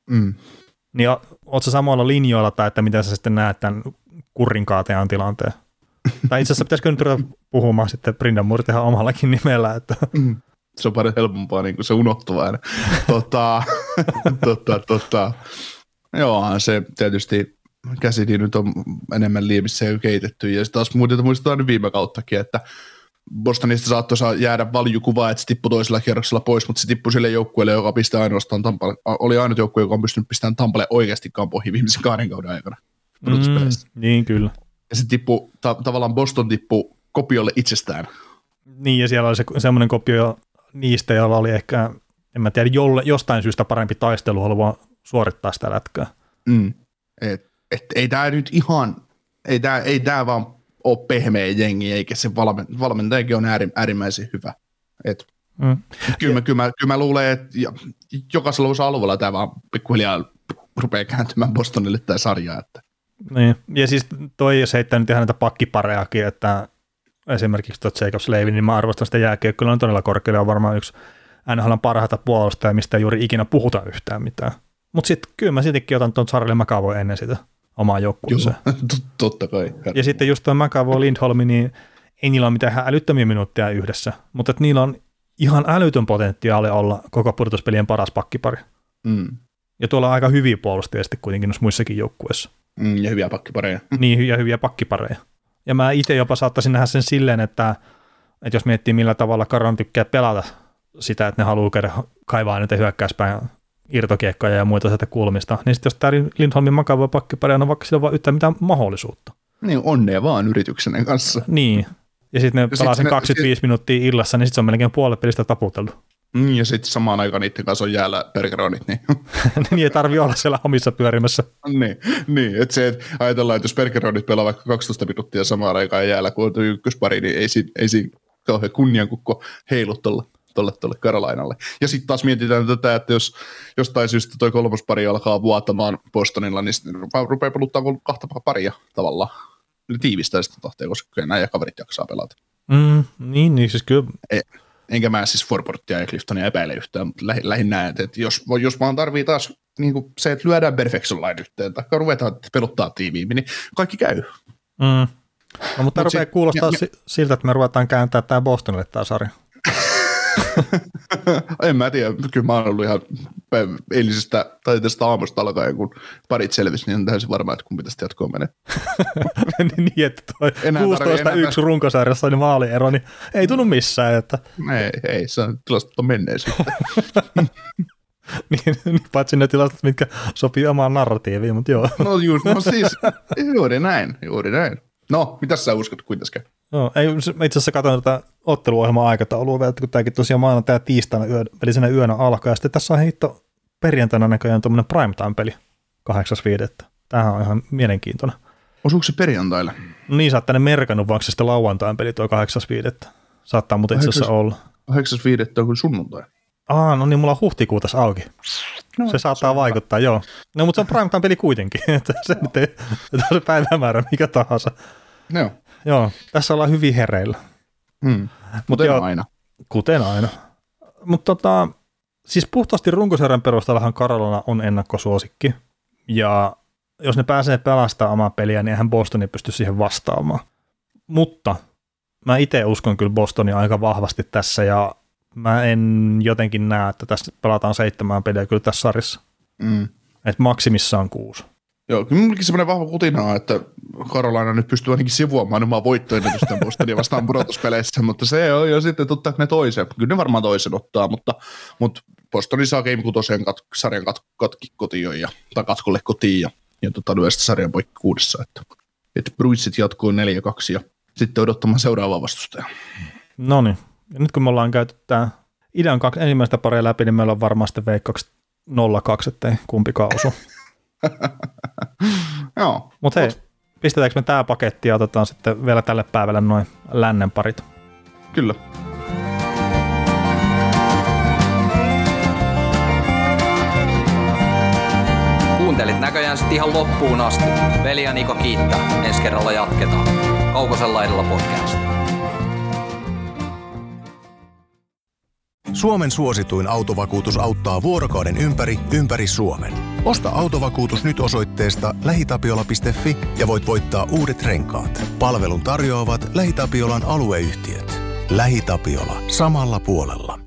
Niin ootko sä samoilla linjoilla, tai että miten sä sitten näet tämän kurrinkaatean tilanteen? Tai itse asiassa pitäisikö nyt ruveta puhumaan sitten Brindan Moore tehdä omallakin nimellä? Että se on paljon helpompaa, niin kuin se unohtuu aina. Joo, se tietysti Cassidy nyt on enemmän liimissä jo keitetty, ja taas muistetaan nyt viime kauttakin, että Bostonista saattoi jäädä valjukuva, että se tippui toisella kierroksella pois, mutta se tippui sille joukkueelle, joka pistää ainoastaan Tampalle. Oli ainut joukkue, joka on pystynyt pistämään Tampalle oikeasti kampoihin viimeisen 2 kauden aikana. Niin, kyllä. Ja se tippui, tavallaan Boston tippui kopiolle itsestään. Niin, ja siellä oli semmoinen kopio niistä, joilla oli ehkä, en mä tiedä, jostain syystä parempi taistelu haluaa suorittaa sitä lätkää. Ei tämä nyt ihan, ei tämä vaan ole pehmeä jengi, eikä se valmentajakin on äärimmäisen hyvä. Kyllä mä luulen, että jokaisella osa-alueella tämä vaan pikkuhiljaa rupeaa kääntymään Bostonille tämä sarja. Että. Niin, ja siis toi, jos heittää nyt ihan näitä pakkiparejakin, että esimerkiksi tuot Jacob Slavin, niin mä arvostan sitä jääkiekkoa, on todella korkealla, on varmaan yksi NHL:n parhaita puolustajia, mistä ei juuri ikinä puhuta yhtään mitään. Mutta sitten kyllä mä sittenkin otan tuon Charlie McAvoy ennen sitä omaa joukkueeseen. Totta kai. Ja sitten just tuo McAvoy Lindholm, niin ei niillä ole mitään älyttömiä minuutteja yhdessä, mutta että niillä on ihan älytön potentiaali olla koko pudotuspelien paras pakkipari. Ja tuolla on aika hyviä puolustajia sitten kuitenkin noissa muissakin joukkueissa. Ja hyviä pakkipareja. Niin, ja hyviä pakkipareja. Ja mä itse jopa saattaisin nähdä sen silleen, että jos miettii millä tavalla Caron tykkää pelata sitä, että ne haluaa käydä kaivaa näitä hyökkäyspäin irtokiekkoja ja muita sieltä kulmista, niin sitten jos tämä Lindholmin McAvoy pakkipari on vaikka sillä vaan yhtään mitään mahdollisuutta. Niin, onnea vaan yrityksen kanssa. Niin, ja sitten ne pelaa sen 25 minuuttia illassa, niin sitten se on melkein puolet pelistä taputellut. Ja sitten samaan aikaan niiden kanssa on jäällä Bergeronit. Niin. Niin ei tarvitse olla siellä omissa pyörimässä. Niin että se, että ajatellaan, että jos Bergeronit pelaa vaikka 12 minuuttia samaan aikaan jäällä, kun on ykköspari, niin ei siinä kauhean kunniankukko heilu tuolle Carolinalle. Ja sitten taas mietitään tätä, että jos jostain syystä toi kolmospari alkaa vuotamaan Bostonilla, niin sitten rupeaa peluttaa 2 paria tavallaan. Tiivistää sitä tahtia, koska kyllä nämä kaverit jaksaa pelata. Niin siis kyllä. Enkä mä siis Forportia ja Cliftonia epäile yhtään, mutta lähinnä, että jos vaan tarvii taas niin kuin se, että lyödään Perfection Line yhteen, tai ruvetaan peluttaa tiiviimmin, niin kaikki käy. No, mutta rupeaa kuulostaa siltä, että me ruvetaan kääntää tämä Bostonille tämä sarja. En mä tiedä, kyllä mä oon ollut ihan eilisestä tai tästä aamusta alkaen, kun parit selvisi, niin on täysin varma, että kumpi tästä jatkoon menee. Niin, että toi 16-1 runkosarjassa niin maaliero, niin ei tunnu missään. Että... Ei, se on tilastot on menneisyyttä. niin, paitsi ne tilastot, mitkä sopii omaan narratiiviin, mutta joo. Juuri näin. No, mitä sä uskot, kuinka tässä käy? No, itse asiassa katsoin tätä otteluohjelman aikataulua vielä, kun tämäkin tosiaan maanantai ja tiistaina välisenä yönä alkaa, ja sitten tässä on hitto perjantaina näköjään tuommoinen primetime-peli 8.5. Tämähän on ihan mielenkiintoinen. Osuuko se perjantaille? No niin, sä oot tänne merkannut, vaan se sitten lauantain-peli tuo 8.5. Saattaa muuten itse asiassa olla. 8.5. on kuin sunnuntai. No niin, mulla on huhtikuuta tässä auki. No, se saattaa vaikuttaa, joo. No, mutta se on primetime-peli kuitenkin, että se nyt ei, että on se päivämäärä mikä tahansa. No. Joo, tässä ollaan hyvin hereillä. Kuten aina. Mutta siis puhtaasti runkosarjan perusteellahan Carolina on ennakkosuosikki. Ja jos ne pääsee pelastamaan omaa peliä, niin eihän Boston pysty siihen vastaamaan. Mutta mä itse uskon kyllä Bostonia aika vahvasti tässä, ja mä en jotenkin näe, että tässä pelataan 7 peliä kyllä tässä sarjassa. Että maksimissaan 6. Joo, kyllä minullakin semmoinen vahva kutina, että Carolina nyt pystyy ainakin sivuamaan omaa voittoennätystä Bostonia vastaan pudotuspeleissä, mutta se on jo sitten totta ne toisen. Kyllä ne varmaan toisen ottaa, mutta Bostoni saa Game 6 sarjan katkolle kotiin ja lyöstä sarjan poikki 6. Että Bruinsit jatkuu 4-2 ja sitten odottamaan seuraavaa vastustajaa. No niin, ja nyt kun me ollaan käyty tämä idean 2 ensimmäistä paria läpi, niin meillä on varmaan sitten veikkaukset 0-2, ettei kumpikaan osu. Joo. Mutta hei, pistetäänkö me tämä paketti ja otetaan sitten vielä tälle päivälle noin lännen parit? Kyllä. Kuuntelit näköjään sitten ihan loppuun asti. Veli ja Niko kiittää. Ensi kerralla jatketaan. Kaukosen laidalla podcast. Suomen suosituin autovakuutus auttaa vuorokauden ympäri Suomen. Osta autovakuutus nyt osoitteesta lähitapiola.fi ja voit voittaa uudet renkaat. Palvelun tarjoavat LähiTapiolan alueyhtiöt. LähiTapiola. Samalla puolella.